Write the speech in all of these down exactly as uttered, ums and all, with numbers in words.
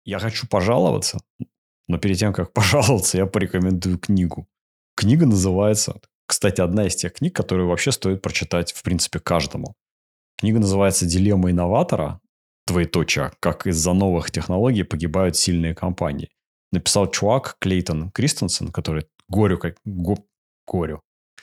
Я хочу пожаловаться, но перед тем, как пожаловаться, я порекомендую книгу. Книга называется... Кстати, одна из тех книг, которые вообще стоит прочитать, в принципе, каждому. Книга называется «Дилемма инноватора», двоеточие, как из-за новых технологий погибают сильные компании. Написал чувак Клейтон Кристенсен, который горю, как, го, горю,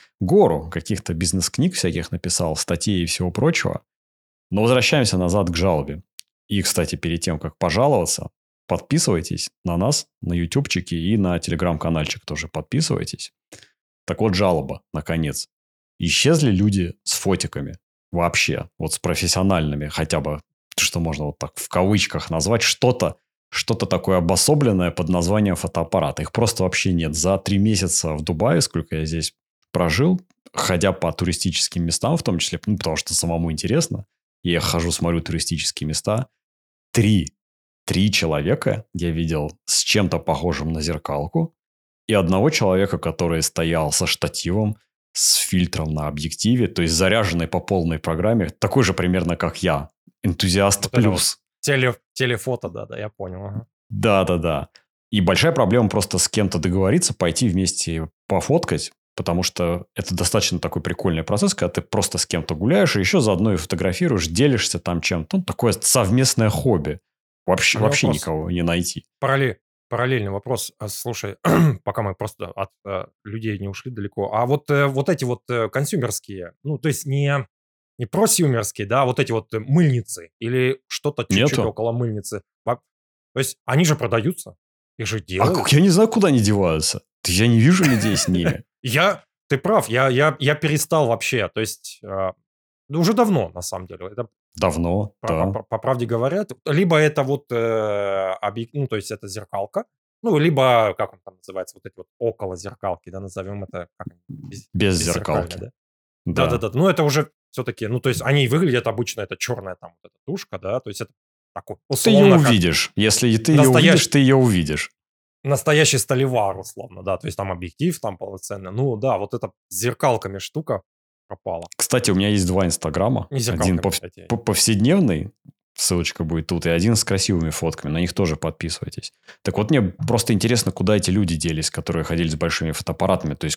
гору каких-то бизнес-книг всяких написал, статей и всего прочего. Но возвращаемся назад к жалобе. И, кстати, перед тем, как пожаловаться, подписывайтесь на нас, на ютубчике и на телеграм-канальчик тоже подписывайтесь. Так вот, жалоба, наконец. Исчезли люди с фотиками. Вообще. Вот с профессиональными хотя бы, что можно вот так в кавычках назвать, что-то, что-то такое обособленное под названием фотоаппарат. Их просто вообще нет. За три месяца в Дубае, сколько я здесь прожил, ходя по туристическим местам в том числе, ну, потому что самому интересно, я хожу, смотрю туристические места, три, три человека я видел с чем-то похожим на зеркалку, и одного человека, который стоял со штативом, с фильтром на объективе, то есть заряженный по полной программе, такой же примерно, как я. Энтузиаст Вот это вот плюс. теле, телефото, да-да, я понял. Ага. Да-да-да. И большая проблема просто с кем-то договориться, пойти вместе пофоткать, потому что это достаточно такой прикольный процесс, когда ты просто с кем-то гуляешь, и еще заодно и фотографируешь, делишься там чем-то. Ну, такое совместное хобби. Вообще, У меня вообще вопрос. никого не найти. Параллель, параллельный вопрос. А, Слушай, пока мы просто от э, людей не ушли далеко. А вот, э, вот эти вот э, консюмерские, ну, то есть не, не просюмерские, да, вот эти вот э, мыльницы или что-то чуть-чуть Нету. около мыльницы. Во- То есть они же продаются, их же А делают. как я не знаю, куда они деваются. Я не вижу людей с ними. Я, ты прав, я, я, я перестал вообще, то есть э, ну, уже давно, на самом деле. Это Давно, по, по- да. по- по правде говоря, т- либо это вот э, объек- ну, то есть это зеркалка, ну, либо, как он там называется, вот эти вот около зеркалки, да, назовем это, как они, без, Без беззеркальная, зеркалки. да? Да. Да-да-да, ну, это уже все-таки, ну, то есть они выглядят обычно, это черная там вот эта тушка, да, то есть это такой, Ты ее условно, как увидишь. Если ты ее настоящий, увидишь, ты ее увидишь. настоящий столевар, условно, да, то есть там объектив там полноценный, ну, да, вот эта с зеркалками штука пропала. Кстати, у меня есть два инстаграма. Не Один зеркалками, пов- кстати. п- повседневный, ссылочка будет тут, и один с красивыми фотками. На них тоже подписывайтесь. Так вот, мне просто интересно, куда эти люди делись, которые ходили с большими фотоаппаратами. То есть,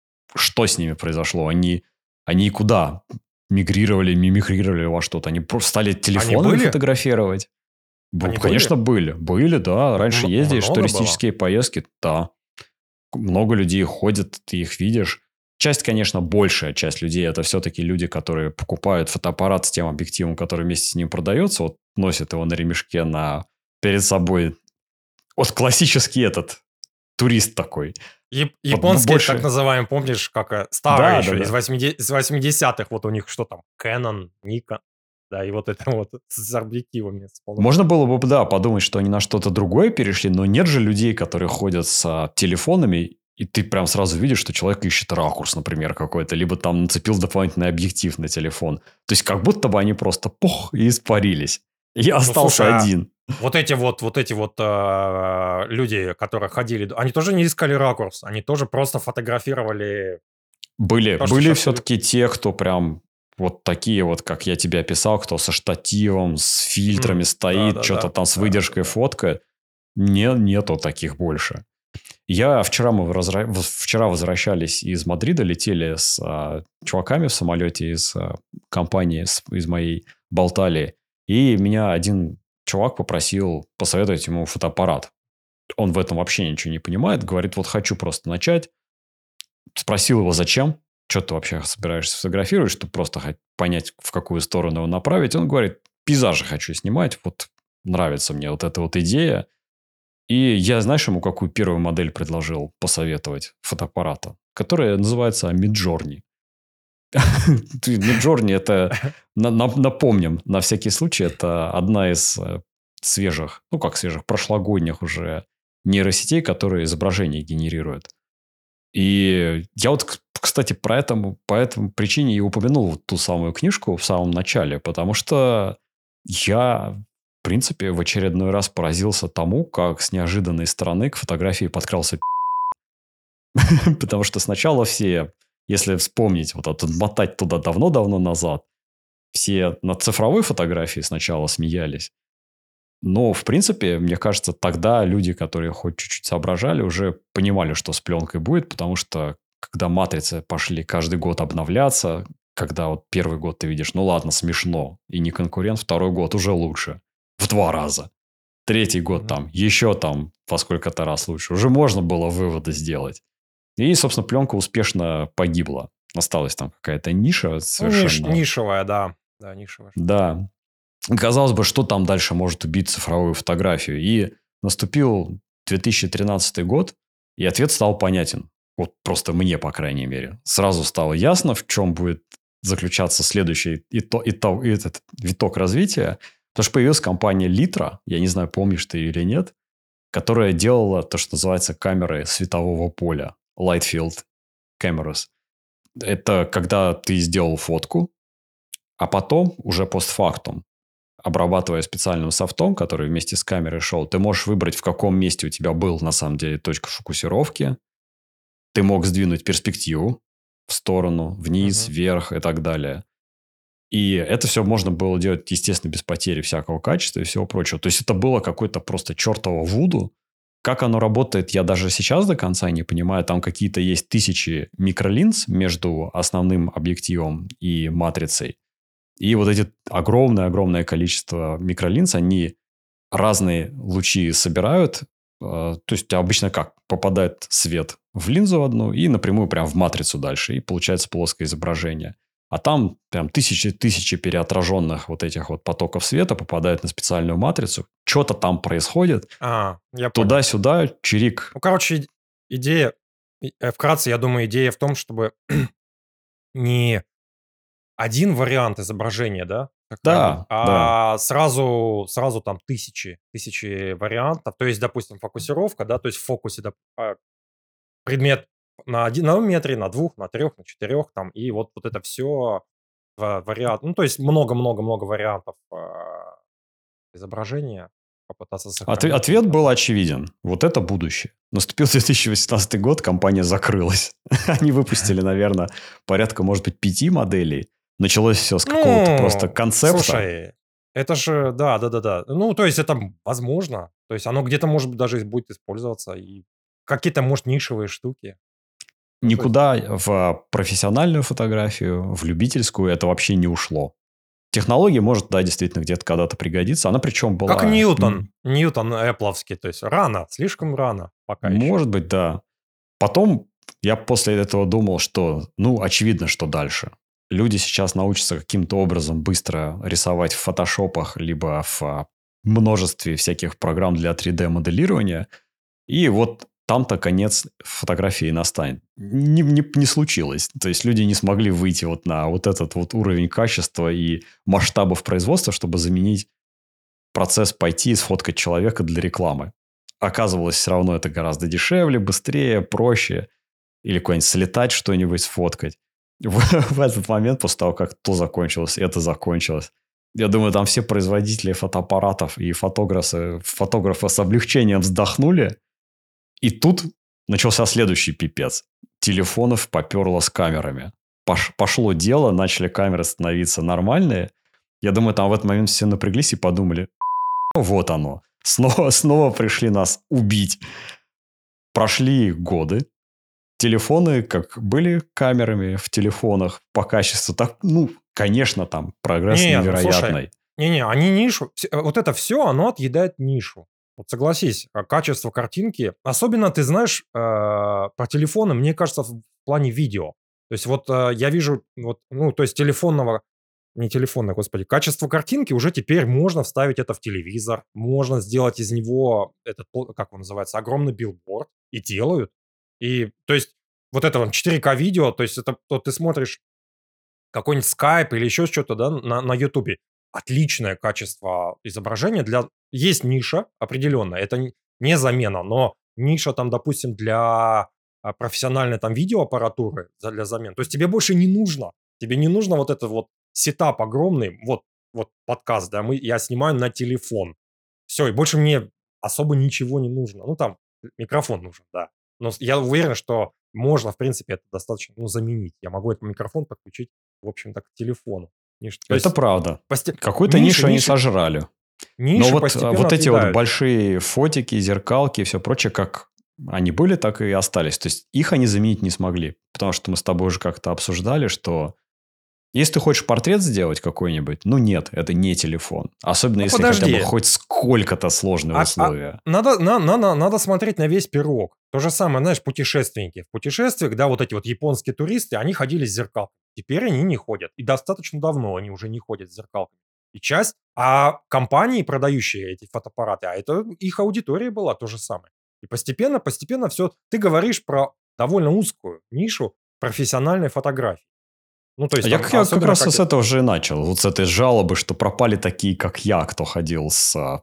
что с ними произошло? Они, они куда мигрировали, мимикрировали во что-то? Они просто стали телефонами были? фотографировать? Бу- Они Конечно, были? были. Были, да. Раньше М- ездишь, много было? туристические поездки, да. Много людей ходят, ты их видишь. Часть, конечно, большая часть людей, это все-таки люди, которые покупают фотоаппарат с тем объективом, который вместе с ним продается, вот носят его на ремешке на... перед собой. Вот классический этот турист такой. Яп- Вот Японские, больше... так называемые, помнишь, как э, старые Да, еще, да, из да. восьмидесятых, из восьмидесятых, вот у них что там, Canon, Nikon, да, и вот это вот с объективами. С Можно полноценными. было бы, да, подумать, что они на что-то другое перешли, но нет же людей, которые ходят с а, телефонами, и ты прям сразу видишь, что человек ищет ракурс, например, какой-то, либо там нацепил дополнительный объектив на телефон. То есть, как будто бы они просто пух и испарились. И я Ну, остался слушай, а один. вот эти вот, вот эти вот э, люди, которые ходили, они тоже не искали ракурс, они тоже просто фотографировали Были, то, что были сейчас... все-таки те, кто прям вот такие вот, как я тебе описал, кто со штативом, с фильтрами стоит, что-то там с выдержкой фоткает. Не, нету таких больше. Я вчера мы возра- в- вчера возвращались из Мадрида, летели с а, чуваками в самолете из а, компании с- из моей болтали, и меня один чувак попросил посоветовать ему фотоаппарат. Он в этом вообще ничего не понимает, говорит, вот хочу просто начать. Спросил его, зачем? Что ты вообще собираешься фотографировать, чтобы просто хоть понять, в какую сторону его направить. Он говорит, пейзажи хочу снимать, вот нравится мне вот эта вот идея. И я, знаешь, ему какую первую модель предложил посоветовать фотоаппарата, которая называется Midjourney. Midjourney это, на- на- напомним, на всякий случай, это одна из э, свежих, ну как свежих, прошлогодних уже нейросетей, которые изображения генерируют. И я вот, к- кстати, про это, по этому причине и упомянул вот ту самую книжку в самом начале, потому что я, в принципе, в очередной раз поразился тому, как с неожиданной стороны к фотографии подкрался потому что сначала все, если вспомнить, вот отмотать туда давно-давно назад, все над цифровой фотографией сначала смеялись, Но, в принципе, мне кажется, тогда люди, которые хоть чуть-чуть соображали, уже понимали, что с пленкой будет, потому что когда матрицы пошли каждый год обновляться, когда вот первый год ты видишь, ну ладно, смешно, и не конкурент, второй год уже лучше, в два раза. Третий год Мгм. там еще там во сколько-то раз лучше. Уже можно было выводы сделать. И, собственно, пленка успешно погибла. Осталась там какая-то ниша Ну, ниш, совершенно. нишевая, да. Да, нишевая штука. Да. Казалось бы, что там дальше может убить цифровую фотографию? И наступил две тысячи тринадцатый год, и ответ стал понятен. Вот просто мне, по крайней мере. Сразу стало ясно, в чем будет заключаться следующий ито- ито- этот виток развития. Потому что появилась компания Litra, я не знаю, помнишь ты или нет, которая делала то, что называется камеры светового поля. Light Field Cameras. Это когда ты сделал фотку, а потом, уже постфактум, обрабатывая специальным софтом, который вместе с камерой шел, ты можешь выбрать, в каком месте у тебя был на самом деле точка фокусировки. Ты мог сдвинуть перспективу в сторону, вниз, Мгм. вверх и так далее. И это все можно было делать, естественно, без потери всякого качества и всего прочего. То есть это было какое-то просто чертово вуду. Как оно работает, я даже сейчас до конца не понимаю. Там какие-то есть тысячи микролинз между основным объективом и матрицей. И вот эти огромное-огромное количество микролинз, они разные лучи собирают. э, То есть, обычно как? Попадает свет в линзу одну и напрямую прям в матрицу дальше. И получается плоское изображение. А там прям тысячи-тысячи переотраженных вот этих вот потоков света попадают на специальную матрицу. Что-то там происходит. А, я понял. Туда-сюда, чирик. Ну, короче, и- идея, и- э, вкратце, я думаю, идея в том, чтобы не один вариант изображения, да, сохранить, Да, да. а сразу, сразу там тысячи, тысячи вариантов. То есть, допустим, фокусировка, да, то есть в фокусе доп- а, предмет на, один, на одном метре, на двух, на трех, на четырех, там, и вот, вот это все вариант, ну, то есть много-много-много вариантов а, изображения попытаться Отве- сохранить или Ответ там. был очевиден. Вот это будущее. Наступил две тысячи восемнадцатый год, компания закрылась. Они выпустили, наверное, порядка, может быть, пяти моделей. Началось все с какого-то просто Ну, концепта. слушай, это же, да, да-да-да. Ну, то есть это возможно. То есть оно где-то, может быть, даже и будет использоваться. И какие-то, может, нишевые штуки. Ну, то есть, Никуда в профессиональную фотографию, в любительскую это вообще не ушло. Технология может, да, действительно где-то когда-то пригодиться. Она причем как была, Ньютон. м, Ньютон эппловский. То есть рано, слишком рано пока еще. может быть, да. Потом я после этого думал, что, ну, очевидно, что дальше. Люди сейчас научатся каким-то образом быстро рисовать в фотошопах, либо в а, множестве всяких программ для три дэ-моделирования. И вот там-то конец фотографии настанет. Не, не, не случилось. То есть люди не смогли выйти вот на вот этот вот уровень качества и масштабов производства, чтобы заменить процесс пойти и сфоткать человека для рекламы. Оказывалось, все равно это гораздо дешевле, быстрее, проще. Или куда-нибудь слетать, что-нибудь сфоткать. В, в этот момент, после того, как то закончилось, это закончилось. Я думаю, там все производители фотоаппаратов и фотографы, фотографы с облегчением вздохнули. И тут начался следующий пипец. Телефонов поперло с камерами. Пош- пошло дело, начали камеры становиться нормальные. Я думаю, там в этот момент все напряглись и подумали, «Ну, вот оно. Снова, снова пришли нас убить. Прошли годы, телефоны, как были камерами в телефонах по качеству, так, ну, конечно, там прогресс Не, ну слушай, невероятный. не-не, они нишу, вс- э, вот это все, оно отъедает нишу. Вот согласись, а качество картинки, особенно ты знаешь, э, про телефоны, мне кажется, в плане видео. То есть вот э, я вижу, вот, ну, то есть телефонного, не телефонного, господи, качество картинки уже теперь можно вставить это в телевизор, можно сделать из него этот, пол- как он называется, огромный билборд, и делают. И, то есть, вот это вот четыре ка видео, то есть это вот ты смотришь какой-нибудь Skype или еще что-то, да, на на "Ютубе". Отличное качество изображения для есть ниша определенная, это н не замена, но ниша там, допустим, для, а, профессиональной там видеоаппаратуры, за для замен. То есть тебе больше не нужно. Тебе не нужно вот это вот сетап огромный. Вот вот подкаст, да, мы я снимаю на телефон. Все, и больше мне особо ничего не нужно. Ну, там микрофон нужен, да. Но с я уверен, что можно, в принципе, это достаточно, ну, заменить. Я могу этот микрофон подключить, в общем-то, к телефону. Ниш то Это есть правда. посте Какую-то ниши нишу они ниши сожрали. Но Ниши вот, а, постепенно вот эти вот отъедаются. большие фотики, зеркалки и все прочее, как они были, так и остались. То есть их они заменить не смогли. Потому что мы с тобой уже как-то обсуждали, что если ты хочешь портрет сделать какой-нибудь, ну нет, это не телефон. Особенно Ну, если хотя бы подожди. хоть сколько-то сложные А, а условия. надо, на, на- на- надо смотреть на весь пирог. То же самое, знаешь, путешественники. В путешествиях, да, вот эти вот японские туристы, они ходили с зеркалками. Теперь они не ходят. И достаточно давно они уже не ходят с зеркалками. И часть, а компании, продающие эти фотоаппараты, а это их аудитория была то же самое. И постепенно, постепенно все. Ты говоришь про довольно узкую нишу профессиональной фотографии. Ну, то А есть Я, там, как- я как особенно раз и как... с этого же и начал. Вот с этой жалобы, что пропали такие, как я, кто ходил с а,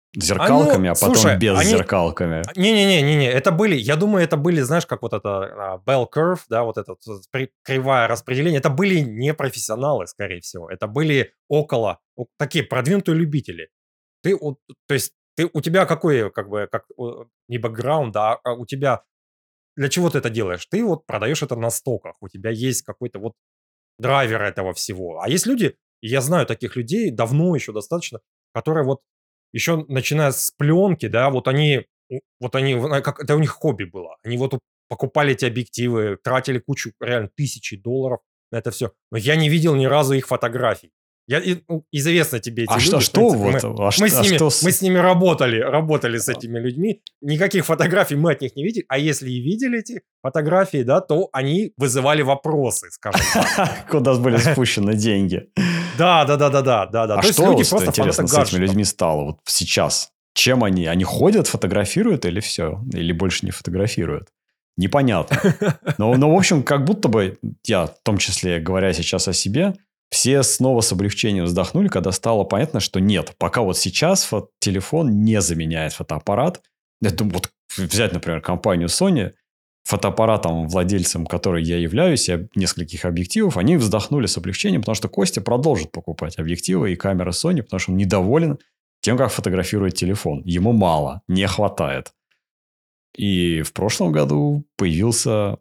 А ну, зеркалками, а потом слушай, без они, зеркалками. Не-не-не-не-не, это были, я думаю, это были, знаешь, как вот это а, bell curve, да, вот это вот при- кривая распределение, это были не профессионалы, скорее всего, это были около, о, такие продвинутые любители. Ты, вот, то есть, ты, у тебя какой, как бы, как, о, не бэкграунд, да, а у тебя, для чего ты это делаешь? Ты вот продаешь это на стоках, у тебя есть какой-то вот драйвер этого всего. А есть люди, и я знаю таких людей давно еще достаточно, которые вот еще начиная с пленки, да, вот они, у- вот они, в- а, как это у них хобби было. Они вот у- покупали эти объективы, тратили кучу, реально тысячи долларов на это все. Но я не видел ни разу их фотографий. Я, и- ну, известны тебе эти А что, люди, в что принципе, вот, мы, а, мы, ш- с а ними, что мы с... с ними работали, работали с этими людьми. Никаких фотографий мы от них не видели. А если и видели эти фотографии, да, то они вызывали вопросы, скажем так. Куда были спущены деньги? Да, да, да, да, да, да, да. А То есть что, люди вот, просто фанаты интересно, с этими гаджетов. людьми стало вот сейчас? Чем они? Они ходят, фотографируют или все? Или больше не фотографируют? Непонятно. Но, но, в общем, как будто бы, я в том числе говоря сейчас о себе, все снова с облегчением вздохнули, когда стало понятно, что нет, пока вот сейчас фо- телефон не заменяет фотоаппарат. Я думаю, вот взять, например, компанию Sony, фотоаппаратом, владельцем которой я являюсь, и нескольких объективов, они вздохнули с облегчением, потому что Костя продолжит покупать объективы и камеры Sony, потому что он недоволен тем, как фотографирует телефон. Ему мало, не хватает. И в прошлом году появился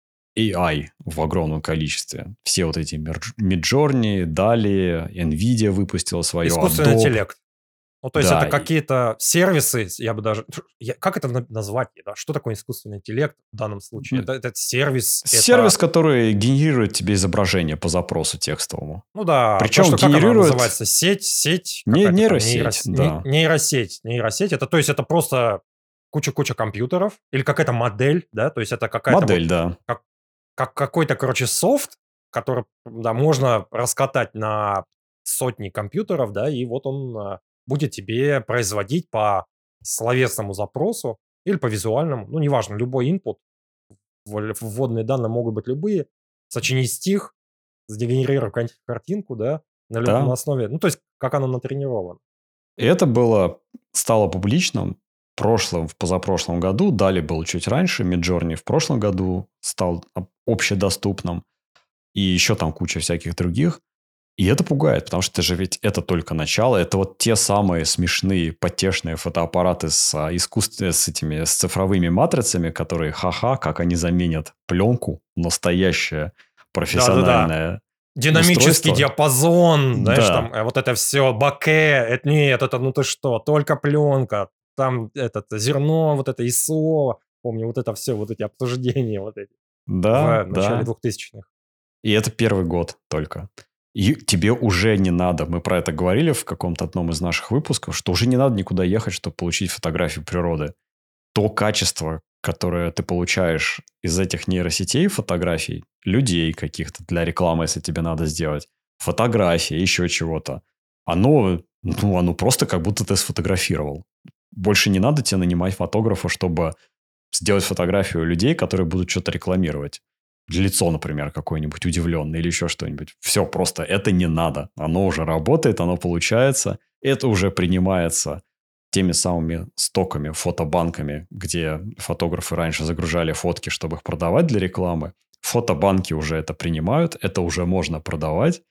эй ай в огромном количестве. Все вот эти Midjourney, далее, Nvidia выпустила свое, Искусственный Adobe. интеллект. Ну, то есть Да, это и- какие-то сервисы, я бы даже... я- как это на- назвать? Да? Что такое искусственный интеллект в данном случае? ну, Это, это сервис, сервис, это... который генерирует тебе изображение по запросу текстовому. Ну да, то, Причем что как она генерирует называется? Сеть, сеть, не какая-то там нейросеть, нейрос- не- да. нейросеть. Нейросеть, это то есть это просто куча-куча компьютеров или какая-то модель, да, то есть это какая-то вот Модель, да. как, как какой-то, короче, софт, который, да, можно раскатать на сотни компьютеров, да, и вот он а, будет тебе производить по словесному запросу или по визуальному, ну, неважно, любой input, вводные данные могут быть любые, сочини стих, сгенерируй какую-нибудь картинку, да, на, люб- на Да. основе, ну, то есть, как оно натренировано. И это было, стало публичным в прошлом, в позапрошлом году. Дали был чуть раньше. Midjourney в прошлом году стал об- общедоступным. И еще там куча всяких других. И это пугает, потому что же ведь это только начало. Это вот те самые смешные, потешные фотоаппараты с, а, искусств- с этими с цифровыми матрицами, которые, ха-ха, как они заменят пленку, настоящее Да-да-да. профессиональное Динамический устройство. диапазон, знаешь, Да. там э, вот это все, боке, это нет, это ну ты что, только пленка, там этот зерно, вот это ай эс о, помню, вот это все, вот эти обсуждения вот эти Да, в начале да. двухтысячных. И это первый год только. И тебе уже не надо, мы про это говорили в каком-то одном из наших выпусков, что уже не надо никуда ехать, чтобы получить фотографию природы. То качество, которое ты получаешь из этих нейросетей фотографий, людей каких-то для рекламы, если тебе надо сделать, фотографии, еще чего-то, оно, ну, оно просто как будто ты сфотографировал. Больше не надо тебе нанимать фотографа, чтобы сделать фотографию людей, которые будут что-то рекламировать. Лицо, например, какое-нибудь удивленное или еще что-нибудь. Все, просто это не надо. Оно уже работает, оно получается. Это уже принимается теми самыми стоками, фотобанками, где фотографы раньше загружали фотки, чтобы их продавать для рекламы. Фотобанки уже это принимают, это уже можно продавать.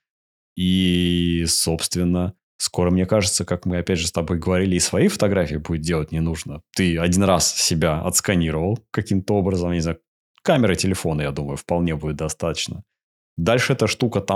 И, собственно, скоро, мне кажется, как мы опять же с тобой говорили, и свои фотографии будет делать не нужно. Ты один раз себя отсканировал каким-то образом, не знаю, камеры телефона, я думаю, вполне будет достаточно. Дальше эта штука там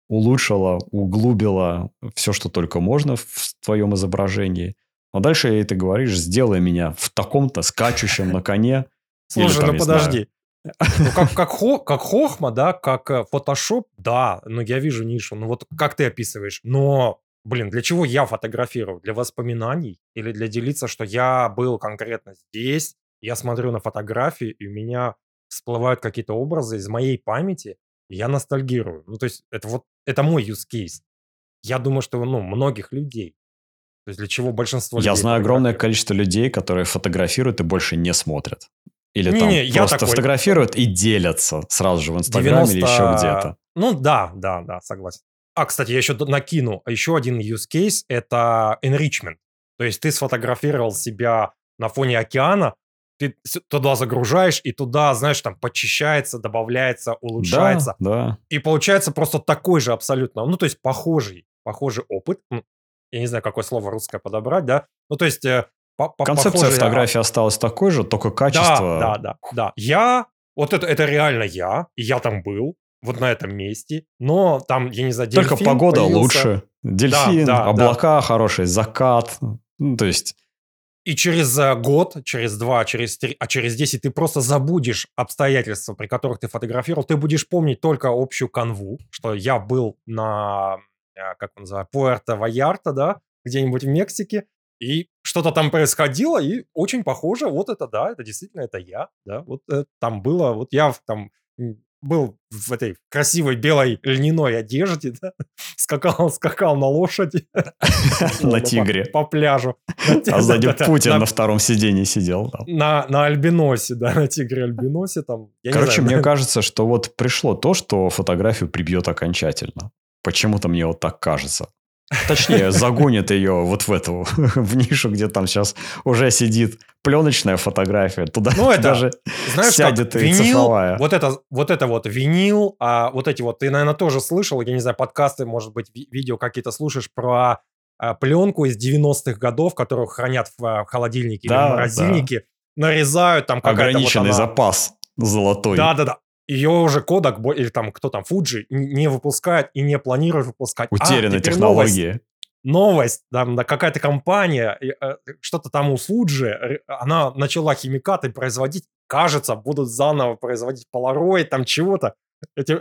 улучшила, углубила все, что только можно в твоем изображении. А дальше ты говоришь, сделай меня в таком-то скачущем на коне. Или Слушай, там, ну не знаю. подожди. Ну, как, как, хо, как Хохма, да, как э, Photoshop, да, ну, я вижу нишу. Ну, вот как ты описываешь. Но, блин, для чего я фотографирую? Для воспоминаний? Или для делиться, что я был конкретно здесь, я смотрю на фотографии, и у меня всплывают какие-то образы из моей памяти, и я ностальгирую. Ну, то есть это вот, это мой use case. Я думаю, что, ну, многих людей. То есть для чего большинство Я людей знаю огромное фотографируют? количество людей, которые фотографируют и больше не смотрят. Или там Не-не, я просто такой. фотографируют и делятся сразу же в Инстаграме или еще девяносто. где-то. Ну да, да, да, согласен. А, кстати, я еще д- накину. Еще один use case — это enrichment. То есть ты сфотографировал себя на фоне океана, ты с- туда загружаешь, и туда, знаешь, там подчищается, добавляется, Да, улучшается. да. И получается просто такой же абсолютно, ну, то есть похожий, похожий опыт. М, Я не знаю, какое слово русское подобрать, да? Ну, то есть э, по- по- Концепция похожий. а, фотографии осталась такой же, только да, качество... да, да, да. Я, вот это, это реально я, и я там был, вот на этом месте, но там, я не знаю, Только дельфин погода появился. лучше. Да, Дельфин, да, да. облака, хороший закат. Ну, то есть... И через э, год, через два, через три, а через десять ты просто забудешь обстоятельства, при которых ты фотографировал. Ты будешь помнить только общую канву, что я был на, э, как он называется, Пуэрто-Вальярта, да, где-нибудь в Мексике, и что-то там происходило, и очень похоже, вот это да, это действительно это я, да, вот э, там было, вот я в- там м, был в этой красивой белой льняной одежде, да, скакал, скакал на лошади, на условно, по, тигре. по пляжу. На те- А сзади да-да-да, Путин на на втором сиденье сидел. Там. на, на альбиносе, да, на тигре-альбиносе там, я не Короче, знаю, мне да. кажется, что вот пришло то, что фотографию прибьет окончательно. Почему-то мне вот так кажется. Точнее, загонит ее вот в эту, в нишу, где там сейчас уже сидит пленочная фотография. Туда, Ну, туда это, же знаешь как, сядет и винил, цифровая. вот это, вот это вот винил, а вот эти вот, ты, наверное, тоже слышал, я не знаю, подкасты, может быть, ви- видео какие-то слушаешь про а, пленку из девяностых годов, которую хранят в а, холодильнике или в Да, да. морозильнике, нарезают, там какая-то вот Ограниченный она. запас золотой. Да-да-да. Ее уже Kodak бо- или там кто там, Fuji, н- не выпускает и не планирует выпускать. А, Утерянные теперь новость. технологии. Новость, там да, какая-то компания, и, э, что-то там у Fuji, ре- она начала химикаты производить, кажется, будут заново производить Polaroid, там чего-то. Эти-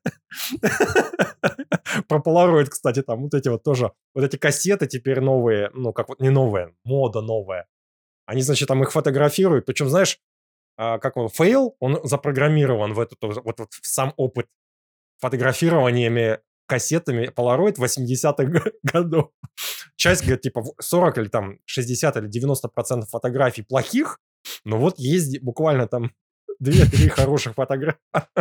Про Polaroid, кстати, там вот эти вот тоже, вот эти кассеты теперь новые, ну, как вот не новые, мода новая. Они, значит, там их фотографируют, причем, знаешь, а, как он, фейл, он запрограммирован в этот, вот, вот в сам опыт фотографированиями кассетами Polaroid восьмидесятых г- годов. Часть, говорит, типа в- сорок или там шестьдесят или девяносто процентов фотографий плохих, но вот есть буквально там две-три хороших фотографии.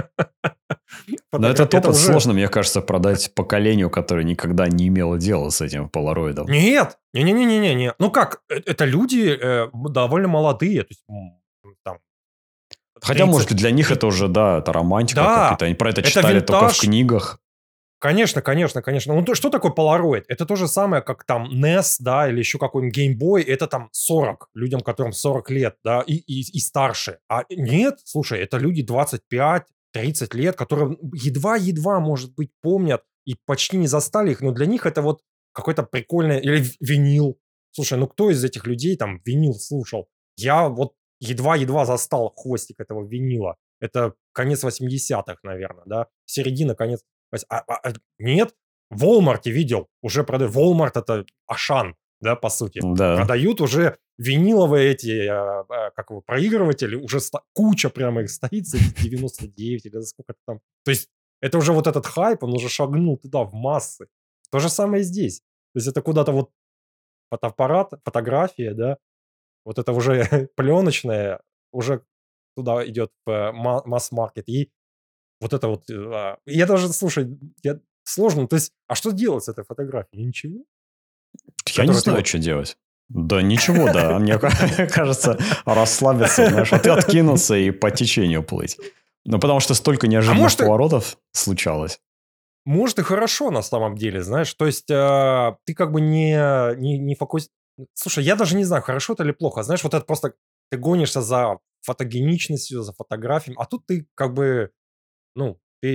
Но этот Это опыт уже... сложно, мне кажется, продать поколению, которое никогда не имело дела с этим полароидом. Нет, не-не-не-не-не. Ну как, э, это люди э, довольно молодые, то есть м, там Хотя, может, тридцать. для них это уже, да, это романтика Да, какая-то. Они про это это читали только в винтаж. книгах. Конечно, конечно, конечно. Ну, то, что такое Polaroid? Это то же самое, как там нес, да, или еще какой-нибудь Game Boy. Это там сорок, людям, которым сорок лет, да, и, и, и старше. А нет, слушай, это люди двадцать пять тридцать лет, которые едва-едва, может быть, помнят и почти не застали их, но для них это вот какой-то прикольный... Или в- винил. Слушай, ну кто из этих людей там винил слушал? Я вот едва-едва застал хвостик этого винила. Это конец восьмидесятых, наверное, да? Середина, конец. То есть, а- а- а нет, в Walmart видел, уже продают. Walmart — это Ашан, да, по сути. Да. Продают уже виниловые эти, а, а, как его, проигрыватели, уже ста- куча прямо их стоит за девяносто девять или за сколько там. То есть это уже вот этот хайп, он уже шагнул туда, в массы. То же самое и здесь. То есть это куда-то вот фотоаппарат, фотография, да, вот это уже пленочное, уже туда идет в ма- масс-маркет. И вот это вот, э, а, я даже, слушай, я сложно, то есть, а что делать с этой фотографией? Ничего? Я не Которую ты знаю, вот, что делать. Да ничего, да. Мне кажется, расслабиться, знаешь, а ты откинулся и по течению плыть. Ну, потому что столько а неожиданных может, и- поворотов случалось. может и хорошо на самом деле, знаешь, то есть а, ты как бы не, не, не фокус... Слушай, я даже не знаю, хорошо это или плохо, знаешь, вот это просто ты гонишься за фотогеничностью, за фотографией, а тут ты как бы, ну, ты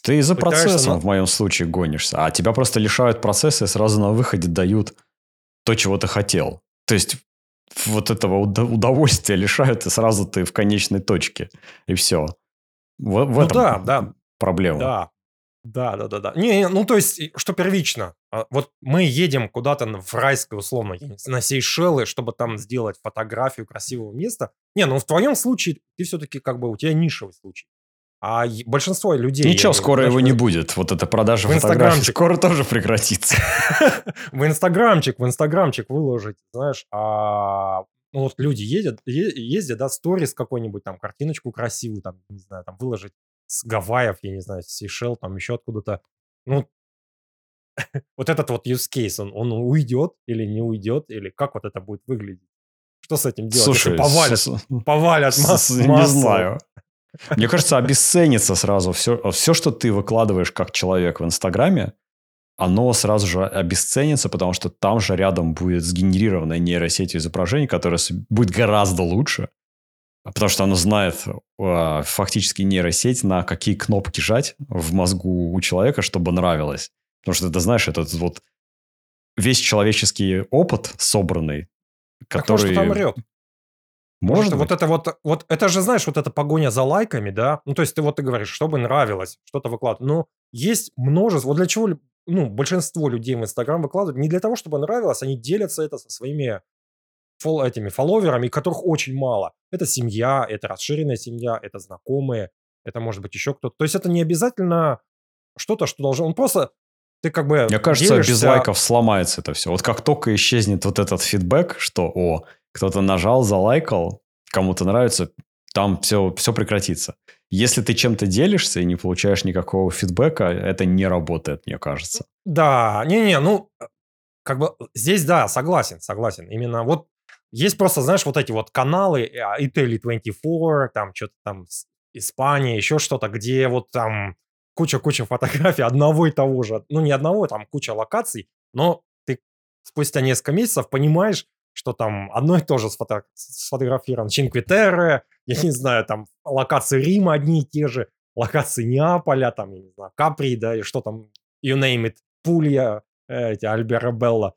Ты за Пытаешься... процессом на- в моем случае гонишься, а тебя просто лишают процесса и сразу на выходе дают то, чего ты хотел. То есть вот этого уда- удовольствия лишают, и сразу ты в конечной точке. И все. В, в Ну да, этом да, проблема. да. Да, да, да, да. Не, не, ну то есть, и что первично? А, Вот мы едем куда-то на- в райское, условно, я не знаю, на Сейшелы, чтобы там сделать фотографию красивого места. Не, ну в твоем случае ты все-таки как бы у тебя нишевый случай. А е- большинство людей, я Ничего, имею в виду, скоро знаешь, его в, не ин- будет. Вот эта продажа в фотографий инстаграмчик, скоро тоже прекратится. в инстаграмчик, в инстаграмчик выложить, знаешь, а ну вот люди едят, е- ездят, да, сторис какой-нибудь, там, картиночку красивую, там, не знаю, там, выложить с Гавайев, я не знаю, с Сейшел, там, еще откуда-то. Ну, вот этот вот use case, он, он уйдет или не уйдет, или как вот это будет выглядеть? Что с этим делать, если Слушай, с- повалят, с- повалят с- ма- с- не массово? знаю. Мне кажется, обесценится сразу все, все, что ты выкладываешь как человек в Инстаграме, оно сразу же обесценится, потому что там же рядом будет сгенерированная нейросеть изображений, которая с- будет гораздо лучше, потому что оно знает э, фактически нейросеть, на какие кнопки жать в мозгу у человека, чтобы нравилось. Потому что ты знаешь, этот вот весь человеческий опыт собранный, Так может, это который мрет? Может, может вот быть. это вот, вот это же, знаешь, вот эта погоня за лайками, да? Ну, то есть ты вот ты говоришь, чтобы нравилось, что-то выкладывать. Но есть множество, вот для чего, лю- ну, большинство людей в Инстаграм выкладывают, не для того, чтобы нравилось, они делятся это со своими фол- этими фолловерами, которых очень мало. Это семья, это расширенная семья, это знакомые, это может быть еще кто-то. То есть это не обязательно что-то, что должно... Он просто... Ты как бы Мне кажется, без делишься... лайков сломается это все. Вот как только исчезнет вот этот фидбэк, что, о, кто-то нажал, залайкал, кому-то нравится, там все, все прекратится. Если ты чем-то делишься и не получаешь никакого фидбэка, это не работает, мне кажется. Да, не-не, ну, как бы здесь, да, согласен, согласен. Именно вот есть просто, знаешь, вот эти вот каналы, а, Italy двадцать четыре, там что-то там с- Испания, еще что-то, где вот там куча-куча фотографий одного и того же. Ну, не одного, там куча локаций, но ты спустя несколько месяцев понимаешь, что там одно и то же сфото- сфотографировано. Чинкве Терре, я не знаю, там локации Рима одни и те же, локации Неаполя, там, я не знаю, Капри, да, и что там, you name it, Пулья, э, эти Альбера Белла.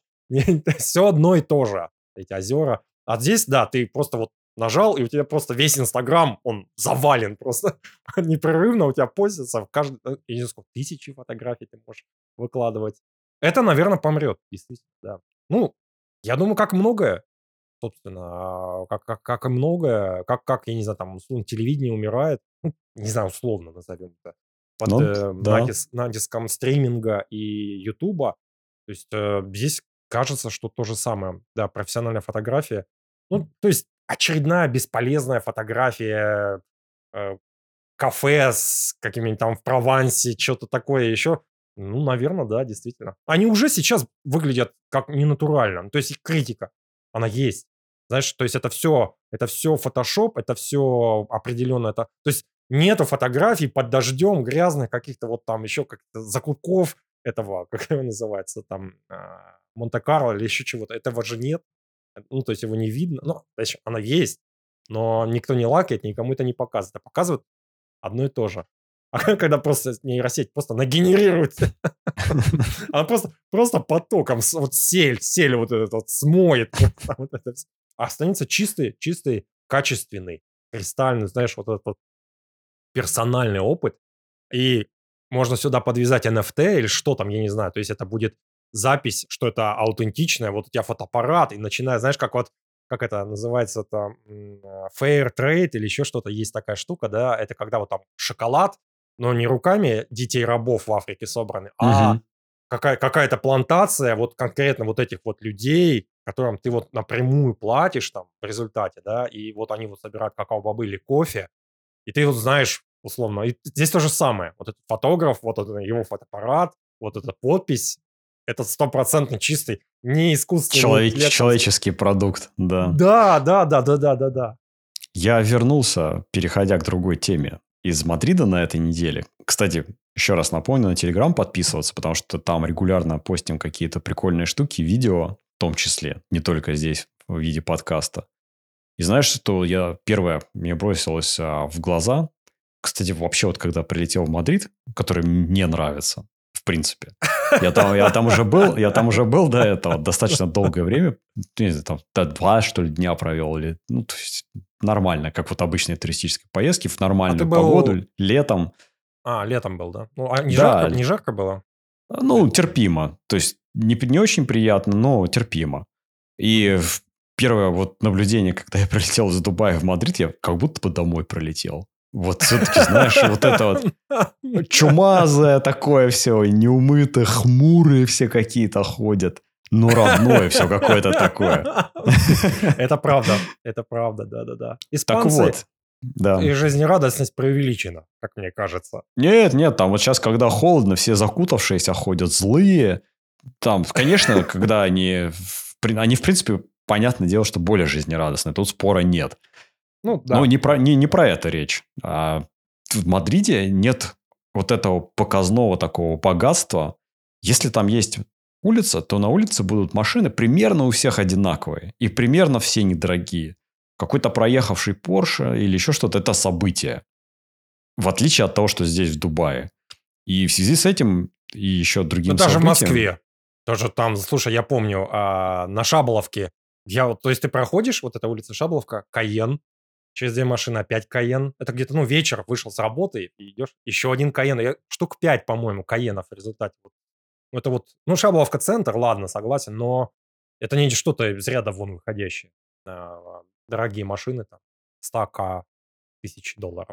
Все одно и то же, эти озера. А здесь, да, ты просто вот нажал, и у тебя просто весь Инстаграм, он завален просто непрерывно, у тебя постится в каждый, э, я не знаю, сколько, тысячи фотографий ты можешь выкладывать. Это, наверное, помрет, действительно, да. Ну, я думаю, как многое, собственно, а, как, как, как и многое, как, как, я не знаю, там, условно, телевидение умирает, ну, не знаю, условно назовем это, под Ну, э, да. натис- натиском стриминга и Ютуба. То есть э, здесь кажется, что то же самое, да, профессиональная фотография. Ну, то есть очередная бесполезная фотография э, кафе с какими-нибудь там в Провансе, что-то такое еще. Ну, наверное, да, действительно. Они уже сейчас выглядят как ненатурально. Ну, то есть их критика, она есть. Знаешь, то есть это все, это все фотошоп, это все определенно это. То есть нету фотографий под дождем грязных каких-то вот там еще как-то закутков этого, как его называется, там а, Монте-Карло или еще чего-то. Этого же нет. Ну, то есть его не видно. Ну, значит, она есть, но никто не лакает, никому это не показывает. А показывают одно и то же. А когда просто нейросеть просто нагенерирует, она просто, просто потоком, с- вот сель, сель вот этот вот смоет. просто вот это всё. А останется чистый, чистый, качественный, кристальный, знаешь, вот этот вот персональный опыт. И можно сюда подвязать эн эф ти или что там, я не знаю. То есть это будет запись, что это аутентичное. Вот у тебя фотоаппарат, и начиная, знаешь, как вот, как это называется, это м, а, fair trade или еще что-то. Есть такая штука, да, это когда вот там шоколад, но не руками детей рабов в Африке собраны, а Мгм. какая, какая-то плантация вот конкретно вот этих вот людей, которым ты вот напрямую платишь там в результате, да, и вот они вот собирают какао-бобы или кофе, и ты вот знаешь, условно, и здесь то же самое. Вот этот фотограф, вот этот его фотоаппарат, вот эта подпись, это стопроцентно чистый, не искусственный Человек- интеллект. Там. человеческий продукт, да. Да, да, да, да, да, да, да. Я вернулся, переходя к другой теме, из Мадрида на этой неделе. Кстати, еще раз напомню, на Телеграм подписываться, потому что там регулярно постим какие-то прикольные штуки, видео, в том числе, не только здесь в виде подкаста. И знаешь, что я первое, мне бросилось а, в глаза? кстати, вообще вот когда прилетел в Мадрид, который мне нравится, в принципе. Я там, я там уже был, я там уже был до этого достаточно долгое время. Не знаю, там да, два, что ли, дня провел. Или, ну, то есть нормально, как вот обычные туристические поездки в А ты нормальную был... погоду, летом. А, летом был, да? Ну, а не жарко, Да, не жарко было? ну, терпимо. То есть не, не очень приятно, но терпимо. И в первое вот наблюдение, когда я прилетел из Дубая в Мадрид, я как будто бы домой пролетел. Вот все-таки, знаешь, вот это вот чумазое такое все, неумытое, хмурые все какие-то ходят. Ну, родное все какое-то такое. Это правда, это правда, да-да-да. Так Испанцы вот, да. и жизнерадостность преувеличена, как мне кажется. Нет, нет, там вот сейчас, когда холодно, все закутавшиеся ходят, злые. Там, конечно, когда они, в при- они, в принципе, понятное дело, что более жизнерадостные. Тут спора нет. Ну, Но да. не про, не, не про это речь. А в Мадриде нет вот этого показного такого богатства. Если там есть улица, то на улице будут машины примерно у всех одинаковые. И примерно все недорогие. Какой-то проехавший Porsche или еще что-то – это событие. В отличие от того, что здесь, в Дубае. И в связи с этим и еще Ну, другим даже в событием... Москве. Тоже там, слушай, я помню, а, на Шаболовке, я вот, то есть ты проходишь, вот эта улица Шаболовка, Кайен, через две машины опять Кайен. Это где-то, ну, вечер, вышел с работы, и идешь, еще один Кайен. Я, штук пять, по-моему, Кайенов в результате. Вот. Ну, это вот, ну, Шаболовка центр, ладно, согласен, но это не что-то из ряда вон выходящее. А, дорогие машины, там, сто тысяч долларов.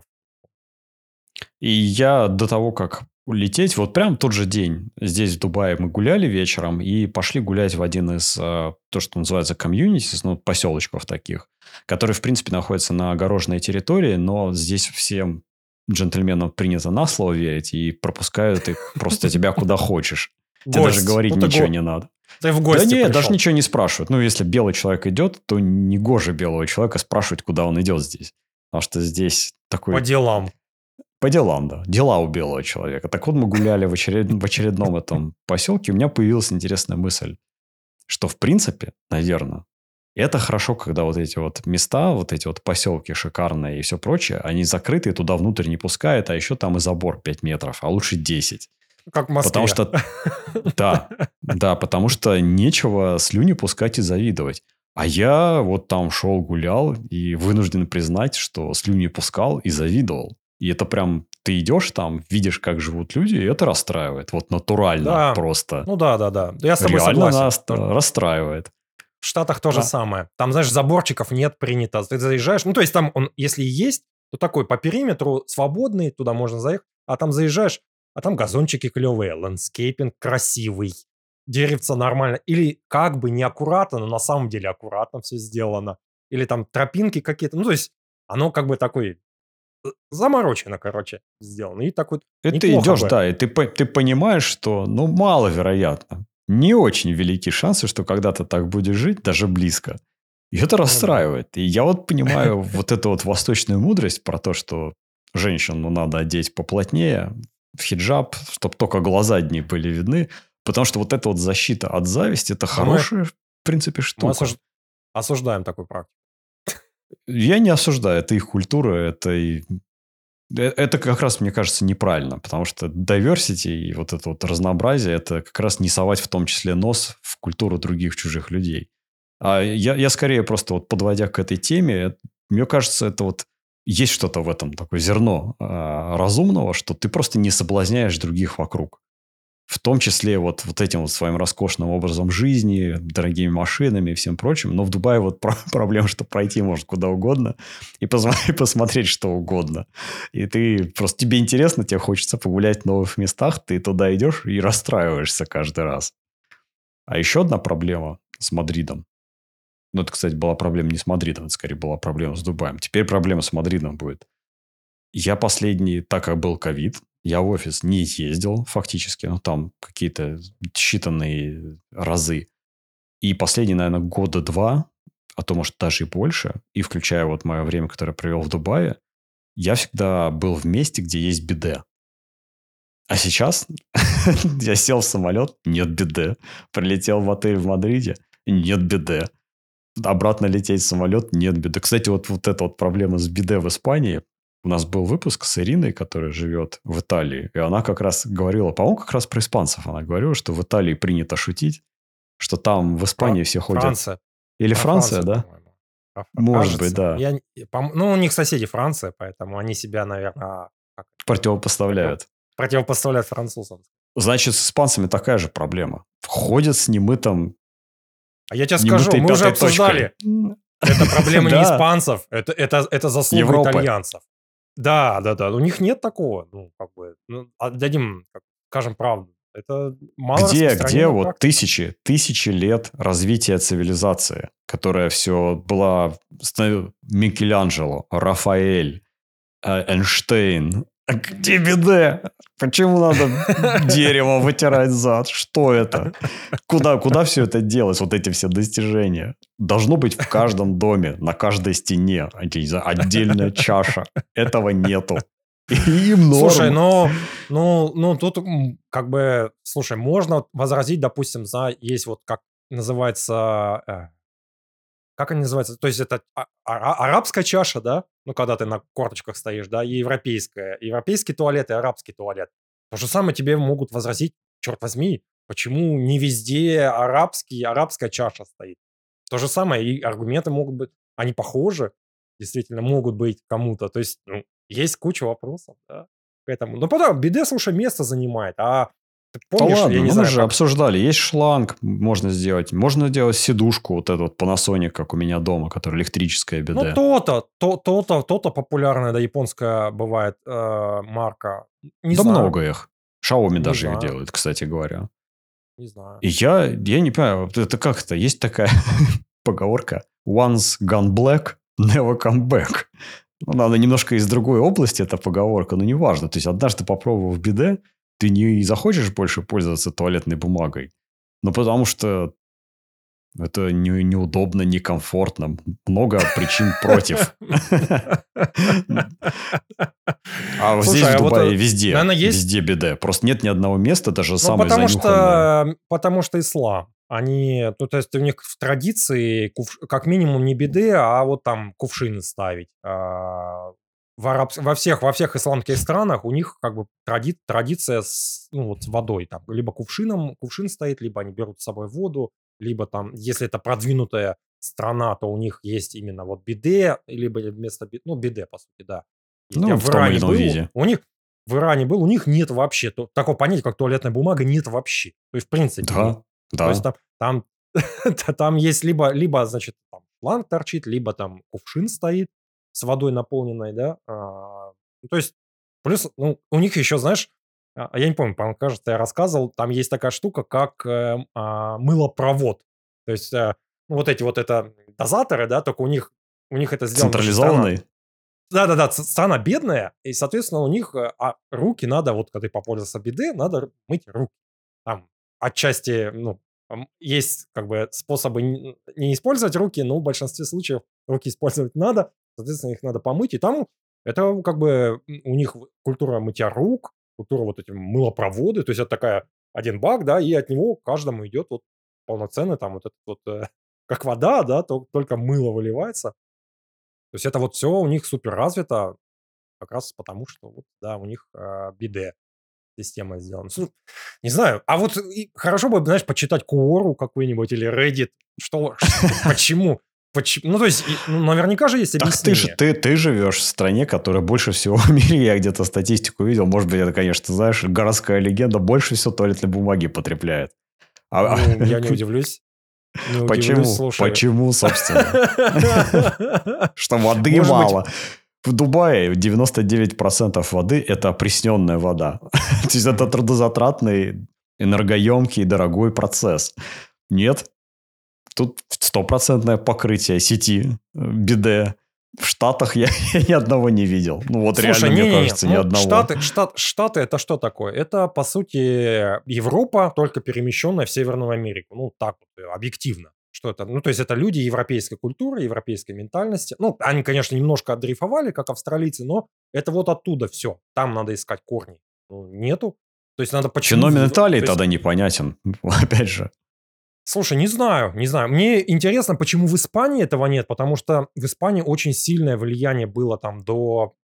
И я до того, как улететь, вот прям тот же день здесь, в Дубае, мы гуляли вечером и пошли гулять в один из, э, то, что называется, комьюнитис, ну, поселочков таких, которые, в принципе, находятся на огороженной территории, но здесь всем джентльменам принято на слово верить и пропускают их просто тебя куда хочешь. Тебе даже Гость. говорить Ну, ты ничего го- не надо. Ты в Да гости нет, даже пришел. ничего не спрашивают. Ну, если белый человек идет, то не гоже белого человека спрашивать, куда он идет здесь. Потому что здесь По такой... делам. По делам, да. Дела у белого человека. Так вот, мы гуляли в, очеред... в очередном этом поселке, у меня появилась интересная мысль, что, в принципе, наверное, это хорошо, когда вот эти вот места, вот эти вот поселки шикарные и все прочее, они закрыты, туда внутрь не пускают, а еще там и забор пять метров, а лучше десять. Как в Москве. Потому что, да, да, потому что нечего слюни пускать и завидовать. А я вот там шел, гулял и вынужден признать, что слюни пускал и завидовал. И это прям, ты идешь там, видишь, как живут люди, и это расстраивает. Вот натурально Да. просто. Ну да, да, да. Я с тобой Реально согласен. нас То- расстраивает. В Штатах то же А. самое. Там, знаешь, заборчиков нет принято. Ты заезжаешь, ну то есть там он, если и есть, то такой по периметру свободный, туда можно заехать, а там заезжаешь, а там газончики клевые, ландскейпинг красивый, деревца нормально. Или как бы неаккуратно, но на самом деле аккуратно все сделано. Или там тропинки какие-то. Ну то есть оно как бы такой э, заморочено, короче, сделано. И так вот И ты неплохо идешь, бы. да, и ты, по- ты понимаешь, что, ну, маловероятно. Не очень велики шансы, что когда-то так будешь жить, даже близко. И это расстраивает. И я вот понимаю вот эту вот восточную мудрость про то, что женщину надо одеть поплотнее, в хиджаб, чтобы только глаза одни были видны. Потому что вот эта вот защита от зависти – это А мы- хорошая, в принципе, Мы штука. осуж- осуждаем такую практику. Я не осуждаю, это их культура, это и... э- Это как раз, мне кажется, неправильно, потому что diversity и вот это вот разнообразие – это как раз не совать в том числе нос в культуру других чужих людей. А я, я скорее просто вот подводя к этой теме, э, мне кажется, это вот есть что-то в этом, такое зерно а, разумного, что ты просто не соблазняешь других вокруг. В том числе вот, вот этим вот своим роскошным образом жизни, дорогими машинами и всем прочим. Но в Дубае вот про- проблема, что пройти можно куда угодно и посмотреть, и посмотреть что угодно. И ты просто тебе интересно, тебе хочется погулять в новых местах, ты туда идешь и расстраиваешься каждый раз. А еще одна проблема с Мадридом. Ну, это, кстати, была проблема не с Мадридом, это скорее была проблема с Дубаем. Теперь проблема с Мадридом будет. Я последний, так как был ковид, я в офис не ездил фактически. Ну, там какие-то считанные разы. И последние, наверное, года два, а то, может, даже и больше, и включая вот мое время, которое я провел в Дубае, я всегда был в месте, где есть биде. А сейчас я сел в самолет, нет биде. Прилетел в отель в Мадриде, нет биде. Обратно лететь в самолет, нет биде. Кстати, вот, вот эта вот проблема с биде в Испании, У нас был выпуск с Ириной, которая живет в Италии. И она как раз говорила, по-моему, как раз про испанцев. Она говорила, что в Италии принято шутить, что там в Испании Фра- все ходят... Франция. Или Про Франция, Францию, да? по-моему. Про- Может быть, Кажется. да. Я, не- пом- ну, у них соседи Франция, поэтому они себя, наверное, как, против- Противопоставляют. противопоставляют французам. Значит, с испанцами такая же проблема. Ходят с немытым, А я тебе скажу, немытой мы уже пятой обсуждали. точкой. Это проблема не Да. испанцев, это, это, это заслуга Европы. итальянцев. Да, да, да. У них нет такого. Ну, как бы, ну, отдадим, как, скажем правду. Это мало Где, где распространенная вот практика. тысячи, тысячи лет развития цивилизации, которая все была... ста- Микеланджело, Рафаэль, э, Эйнштейн. А где биде? Почему надо дерево вытирать зад? Что это? Куда, куда все это делать, вот эти все достижения? Должно быть в каждом доме, на каждой стене я не знаю, отдельная чаша. Этого нету. И им норм. Слушай, ну, ну, ну, тут м, как бы, слушай, можно возразить, допустим, за, есть вот как называется, э, как они называются? То есть это а- ара- арабская чаша, да? Ну, когда ты на корточках стоишь, да, и европейская. Европейский туалет и арабский туалет. То же самое тебе могут возразить, черт возьми, почему не везде арабский, арабская чаша стоит? То же самое, и аргументы могут быть, они похожи, действительно, могут быть кому-то. То есть, ну, есть куча вопросов, да, к этому. Но потом, биде, слушай, место занимает, а ты Да помнишь, я ладно, не ну мы знаю, же как... обсуждали. Есть шланг, можно сделать. Можно сделать сидушку, вот эту вот Panasonic, как у меня дома, которая электрическая Ну, биде. то-то, то- то-то, то-то популярная, да, японская бывает э, марка. Не Да знаю, много их. Xiaomi не даже их знаю, делает, кстати говоря. не знаю. И я, я не понимаю, вот это как это? Есть такая поговорка «Once gone black, never come back». Ну, надо немножко из другой области эта поговорка, но неважно. То есть, однажды попробовав биде, ты не захочешь больше пользоваться туалетной бумагой. Ну, потому что это не- неудобно, некомфортно. Много причин против. А вот здесь, Слушай, в а вот, Дубае, э, везде, наверное, есть... везде биде. Просто нет ни одного места, даже Ну, самое потому занюханное. что, потому что ислам. Они, ну, то есть у них в традиции кувш- как минимум не биде, а вот там кувшины ставить. А, в араб- во всех, во всех исламских странах у них как бы тради- традиция с, ну, вот с водой. Там, либо кувшином, кувшин стоит, либо они берут с собой воду, либо там, если это продвинутая страна, то у них есть именно вот биде, либо вместо биде, ну, биде, по сути, да. Есть. Я Ну, в в том или Иране ином был, виде. у них в Иране был, у них нет вообще то- такого понятия, как туалетная бумага, нет вообще. То есть, в принципе, нет. Да, То есть да. там, там, там есть либо, либо, значит, там шланг торчит, либо там кувшин стоит с водой наполненной, да. А, ну, то есть, плюс, ну, у них еще, знаешь, а, я не помню, по-моему, кажется, я рассказывал, там есть такая штука, как э, а, мылопровод. То есть, э, ну, вот эти вот это дозаторы, да, только у них, у них это сделано, потому что страна, Централизованный. да-да-да, ц- страна бедная, и, соответственно, у них э, а, руки надо, вот когда ты попользовался биде, надо р- мыть руки. Там отчасти, ну, ам, есть как бы способы н- не использовать руки, но в большинстве случаев руки использовать надо, соответственно, их надо помыть, и там это как бы м, у них в- культура мытья рук, культура вот эти мылопроводы, то есть это такая один бак, да, и от него каждому идет вот полноценный там вот этот вот, э, как вода, да, то- только мыло выливается. То есть это вот все у них супер развито, как раз потому, что вот, да, у них а, биде система сделана. Слу- Не знаю, а вот и хорошо бы, знаешь, почитать Quora какой-нибудь или Reddit, что, ш- почему, почему, ну, то есть, и, ну, наверняка же есть Так ты же, объяснение. ты, ты живешь в стране, которая больше всего в мире, я где-то статистику видел, может быть, это, конечно, знаешь, городская легенда, больше всего туалетной бумаги потребляет. А- Ну, я не удивлюсь, не удивлюсь, Почему? слушай. Почему, собственно? Что воды Может быть, мало. В Дубае девяносто девять процентов воды – это опресненная вода. То есть, это мгм. трудозатратный, энергоемкий, дорогой процесс. Нет, тут стопроцентное покрытие сети э, биде. В Штатах я, я ни одного не видел. Ну, вот Слушай, реально, мне не-не-не, кажется, ни ну, одного. Штаты, штат, Штаты это что такое? Это, по сути, Европа, только перемещенная в Северную Америку. Ну, так вот, э, объективно. Что это? Ну, то есть это люди европейской культуры, европейской ментальности. Ну, они, конечно, немножко отдрейфовали, как австралийцы, но это вот оттуда все. Там надо искать корни. Ну, нету. То есть надо почему... Феномен в- Италии то есть, тогда непонятен. Опять же. слушай, не знаю, не знаю. Мне интересно, почему в Испании этого нет, потому что в Испании очень сильное влияние было там до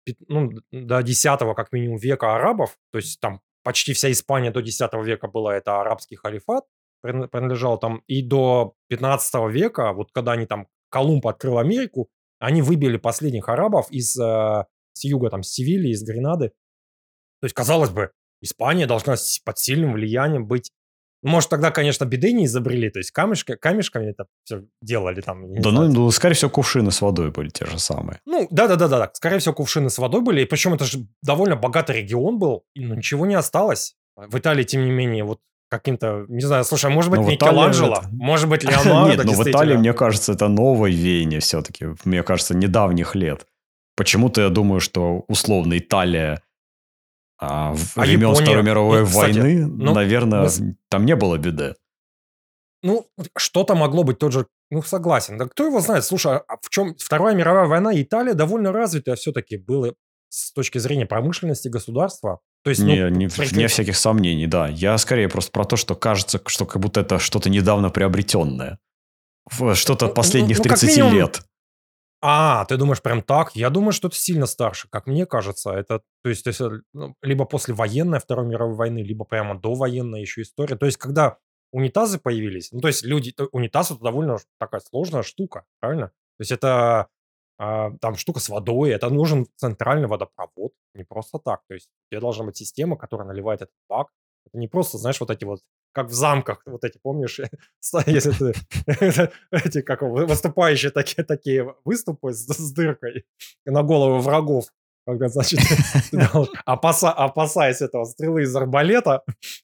пят- ну, до десятого как минимум века арабов, то есть там почти вся Испания до десятого века была это арабский халифат, прин- принадлежал там, и до пятнадцатого века, вот когда они там, Колумб открыл Америку, они выбили последних арабов из, э, с юга, там, с Севильи, из Гренады. То есть, казалось бы, Испания должна с- под сильным влиянием быть. Ну, может, тогда, конечно, биды не изобрели, то есть камешка, камешками это все делали, там, я не Да, знаю. ну, ну, скорее всего, кувшины с водой были те же самые. Ну, да-да-да-да, скорее всего, кувшины с водой были, и причем это же довольно богатый регион был, и, ну, ничего не осталось. В Италии, тем не менее, вот каким-то, не знаю, слушай, а может быть, Но в Италии Микеланджело, это... может быть, Нет, Леонардо, ну в Италии, действительно. мне кажется, это новое веяние все-таки. Мне кажется, недавних лет. Почему-то я думаю, что условно Италия а, в- А времен Второй Япония, мировой и, кстати, войны, ну, мы, наверное, с- там не было беды. ну, вот что-то могло быть тот же, ну, согласен. Да кто его знает? Слушай, а в чем Вторая мировая война? Италия довольно развитая все-таки была с точки зрения промышленности государства. То есть, ну, Не, не, при- вне всяких сомнений, да. Я скорее просто про то, что кажется, что как будто это что-то недавно приобретенное. В- Что-то ну, ну, последних ну, как тридцати минимум. лет. А, ты думаешь прям так? Я думаю, что это сильно старше, как мне кажется. Это, то есть, это, ну, либо послевоенная Второй мировой войны, либо прямо довоенная еще история. То есть, когда унитазы появились, ну, то есть, люди, то- унитаз это довольно ж- такая сложная штука, правильно? То есть, это а, там штука с водой, это нужен центральный водопровод, не просто так. То есть, у тебя должна быть система, которая наливает этот бак. Это не просто, знаешь, вот эти вот, как в замках, вот эти, помнишь, ста- если ты эти, как его, выступающие такие, такие выступы с, с дыркой на голову врагов, когда, значит, ты дал- опаса- опасаясь этого стрелы из арбалета.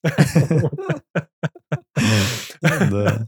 Да.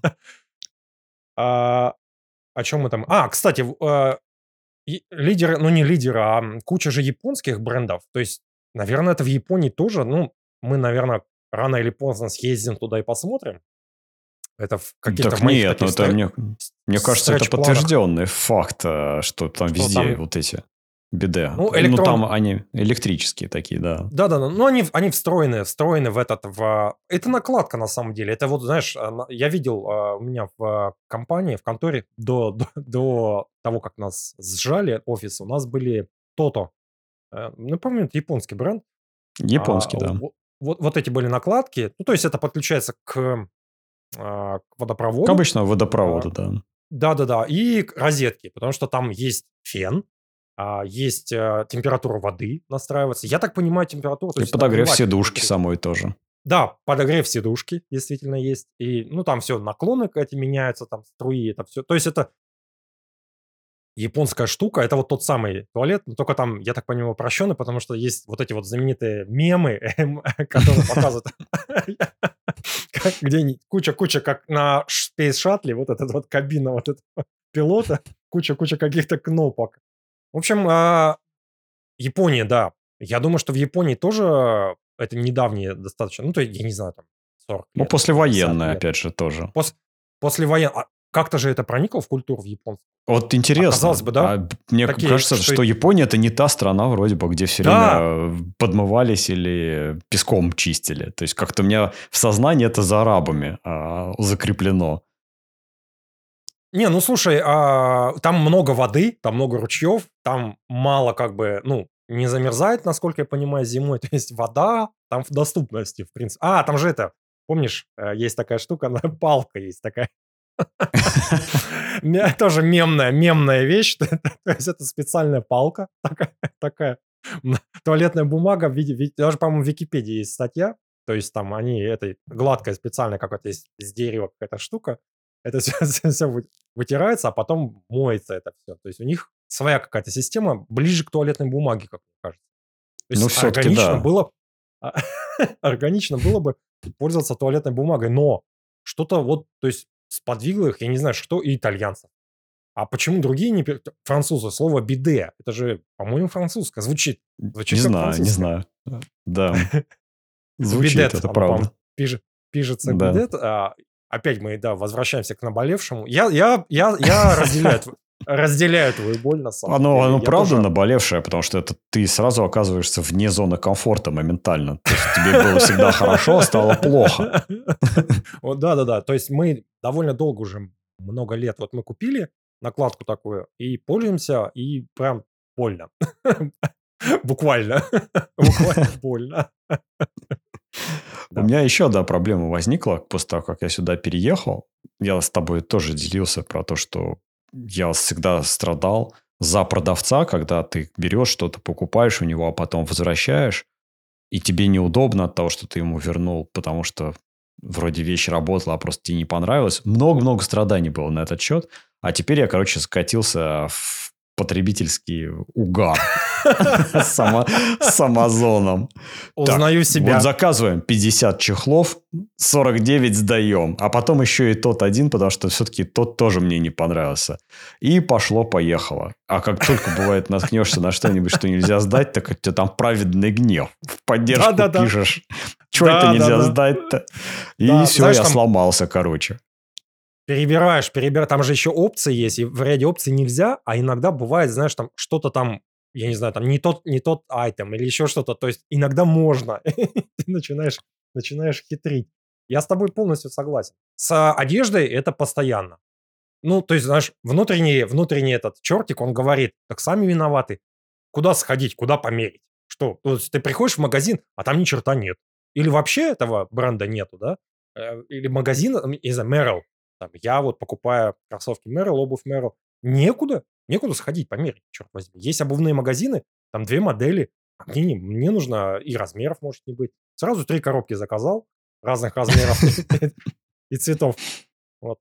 А, О чем мы там? А, кстати, в- а, и лидеры, ну не лидеры, а м, куча же японских брендов. То есть, наверное, это в Японии тоже. Ну, мы, наверное, рано или поздно съездим туда и посмотрим. Это в каких-то Так моих нет, ну таких это стре- мне, мне кажется, это стретч-планах, подтвержденный факт, э, что там что везде там, вот эти беды. ну, Ну, электрон, там они электрические такие, да. да-да-да, ну они, в- они встроены, встроены в этот, в... Это накладка на самом деле. Это вот, знаешь, она- я видел а, у меня в а, компании, в конторе до, до, до того, как нас сжали офис, у нас были Тото. Э, Ну, помню, это японский бренд. А, Японский, да. во- Вот, вот эти были накладки. Ну, то есть это подключается к, а, к К водопроводу. обычному А, водопроводу, да. Да-да-да, и к розетки, потому что там есть фен, а, есть э, температура воды настраивается. Я так понимаю, температуру, то И есть подогрев нагревать сидушки внутри. самой тоже. Да, подогрев сидушки действительно есть. И, ну, там все, наклоны эти меняются, там струи, это все. То есть это японская штука. Это вот тот самый туалет, но только там, я так понимаю, упрощенный, потому что есть вот эти вот знаменитые мемы, эм, которые показывают, как- где ни- куча-куча, как на Space Shuttle, вот эта вот кабина вот этого пилота, куча-куча каких-то кнопок. В общем, а, Япония, да. Я думаю, что в Японии тоже это недавние достаточно, ну, то есть, я не знаю, там, сорок Ну, лет, пятьдесят послевоенная, лет. опять же, тоже. Пос, послевоен... а как-то же это проникло в культуру в японцев. Вот А казалось интересно, бы, да, а б- мне к- такие, кажется, что... что и- Япония это не та страна вроде бы, где все время Да, э, подмывались или песком чистили. То есть как-то у меня в сознании это за арабами а, закреплено. не, ну слушай, а, там много воды, там много ручьев, там мало как бы, ну, не замерзает, насколько я понимаю, зимой. То есть вода там в доступности, в принципе. А, там же это, помнишь, э, есть такая штука, она, палка есть такая. Ме- Тоже мемная, мемная вещь. То есть это специальная палка такая, такая. М, туалетная бумага в виде, ви- даже, по-моему, в Википедии есть статья. То есть там они, это гладкая специальная какая-то есть из дерева какая-то штука. Это все, вытирается, а потом моется это все. То есть у них своя какая-то система ближе к туалетной бумаге, как мне кажется. То Ну, есть все-таки органично да. было, а, органично было бы пользоваться туалетной бумагой, но что-то вот, то есть сподвигло их, я не знаю, что, и итальянцев. А почему другие не... пер- Французы, слово «биде», это же, по-моему, французское, звучит, Не звучит как знаю, не французское. знаю. Да, звучит, Бидет, это оно, по-моему, правда. пиш- пишется Да. бидет. А, опять мы, да, возвращаемся к наболевшему. Я, я, я, я разделяю, тв- разделяю твою боль, на самом Оно, деле. оно Я правда тоже... наболевшее, потому что это ты сразу оказываешься вне зоны комфорта моментально. То есть тебе было всегда хорошо, а стало плохо. Вот, да-да-да. То есть мы довольно долго уже, много лет, вот мы купили накладку такую и пользуемся, и прям больно. Буквально. Буквально больно. У Да. меня еще одна проблема возникла после того, как я сюда переехал. Я с тобой тоже делился про то, что я всегда страдал за продавца, когда ты берешь что-то, покупаешь у него, а потом возвращаешь, и тебе неудобно от того, что ты ему вернул, потому что вроде вещь работала, а просто тебе не понравилось. Много-много страданий было на этот счет. А теперь я, короче, скатился в потребительский угар с Ама- с Амазоном. Так, Узнаю вот себя. заказываем пятьдесят чехлов, сорок девять сдаем. А потом еще и тот один, потому что все-таки тот тоже мне не понравился. И пошло-поехало. А как только, бывает, наткнешься на что-нибудь, что нельзя сдать, так у тебя там праведный гнев. В поддержку Да-да-да. пишешь. Что это нельзя Да-да-да. сдать-то? И Да, все, знаешь, я там сломался, короче. перебираешь, перебираешь. Там же еще опции есть, и в ряде опций нельзя, а иногда бывает, знаешь, там что-то там, я не знаю, там не тот, не тот айтем или еще что-то. То есть иногда можно. Ты начинаешь, начинаешь хитрить. Я с тобой полностью согласен. С одеждой это постоянно. Ну, то есть, знаешь, внутренний, внутренний этот чертик, он говорит, так сами виноваты. Куда сходить, куда померить? Что? То есть ты приходишь в магазин, а там ни черта нет. Или вообще этого бренда нету, да? Э, Или магазин, м, не знаю, Merrell. Там, я вот покупаю кроссовки Merrell, обувь Merrell. Некуда, некуда сходить, померить, черт возьми. Есть обувные магазины, там две модели. А мне, не, мне нужно и размеров может не быть. Сразу три коробки заказал, разных размеров и цветов. Вот.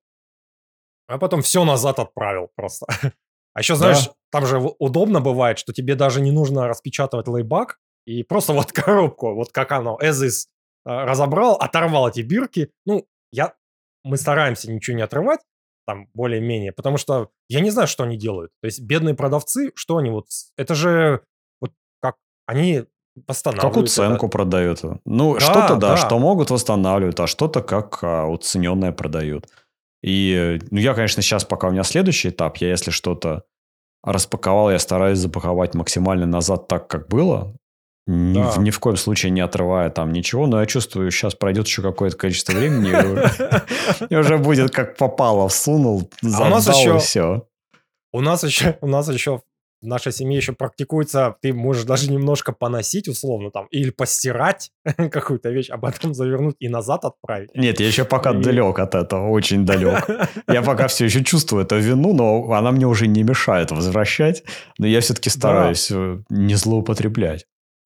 А потом все назад отправил просто. А еще, знаешь, Да, там же в- удобно бывает, что тебе даже не нужно распечатывать лейбак, и просто вот коробку, вот как оно, as is, а, разобрал, оторвал эти бирки. Ну, я, мы стараемся ничего не отрывать, там, более-менее, потому что я не знаю, что они делают. То есть бедные продавцы, что они вот... с- Это же вот как... Они как восстанавливают это. уценку продают. Ну, что-то Да, да, да. что могут восстанавливают, а что-то как а, уцененное продают. И э, ну, я, конечно, сейчас, пока у меня следующий этап, я если что-то распаковал, я стараюсь запаковать максимально назад так, как было. Ни, в- Да. ни в коем случае не отрывая там ничего. Но я чувствую, сейчас пройдет еще какое-то количество времени, и уже будет как попало. Всунул, А у нас задал и еще все. У нас еще, у нас еще в нашей семье еще практикуется, ты можешь даже немножко поносить условно там, или постирать какую-то вещь, а потом завернуть и назад отправить. Нет, я еще пока И- далек от этого, очень далек. Я пока все еще чувствую эту вину, но она мне уже не мешает возвращать. Но я все-таки Да. стараюсь э, не злоупотреблять.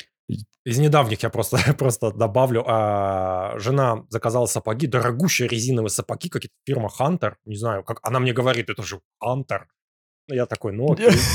Из недавних я просто, просто добавлю, а, жена заказала сапоги, дорогущие резиновые сапоги, какие-то фирма Hunter, не знаю, как она мне говорит, это же Hunter. Ну, я такой, ну окей.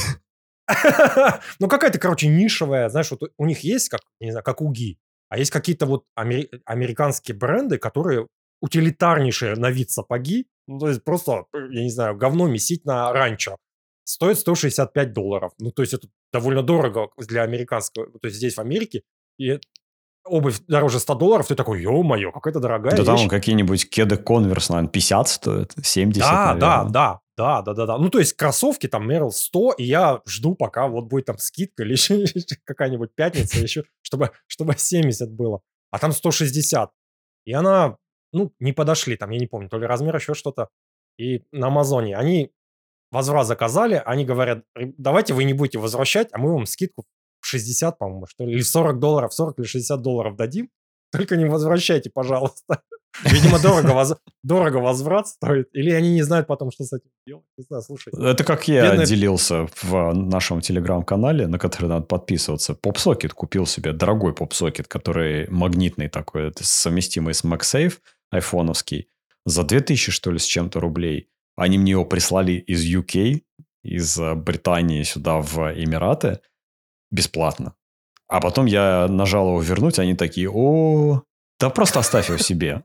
Ну, какая-то, короче, нишевая, знаешь, вот у них есть, как, не знаю, как уги, а есть какие-то вот амери- американские бренды, которые утилитарнейшие на вид сапоги, ну, то есть просто, э, я не знаю, говно месить на ранчо, стоит сто шестьдесят пять долларов. Ну, то есть это довольно дорого для американского, то есть здесь в Америке, и обувь дороже ста долларов, ты такой, ё-моё, какая-то дорогая Да там вещь. какие-нибудь кеды Конверс, наверное, пятьдесят стоят, семьдесят, Да, да, наверное. да, да, да-да-да. Ну, то есть кроссовки там Merrell сто, и я жду, пока вот будет там скидка или еще какая-нибудь пятница еще, чтобы, чтобы семьдесят было. А там сто шестьдесят. И она, ну, не подошли там, я не помню, то ли размер, еще что-то. И на Амазоне они возврат заказали, они говорят, «Р- давайте вы не будете возвращать, а мы вам скидку в шестьдесят, по-моему, что ли, или сорок долларов, сорок или шестьдесят долларов дадим, только не возвращайте, пожалуйста. Видимо, дорого, воз- дорого возврат стоит, или они не знают потом, что с этим делать. Не знаю, слушай, Это как я бедные... делился в нашем телеграм-канале, на который надо подписываться. Попсокет купил себе, дорогой попсокет, который магнитный такой, это совместимый с MagSafe, айфоновский, за две тысячи, что ли, с чем-то рублей. Они мне его прислали из ю кей, из э, Британии сюда в Эмираты бесплатно. А потом я нажал его вернуть, они такие, о, да просто оставь его себе.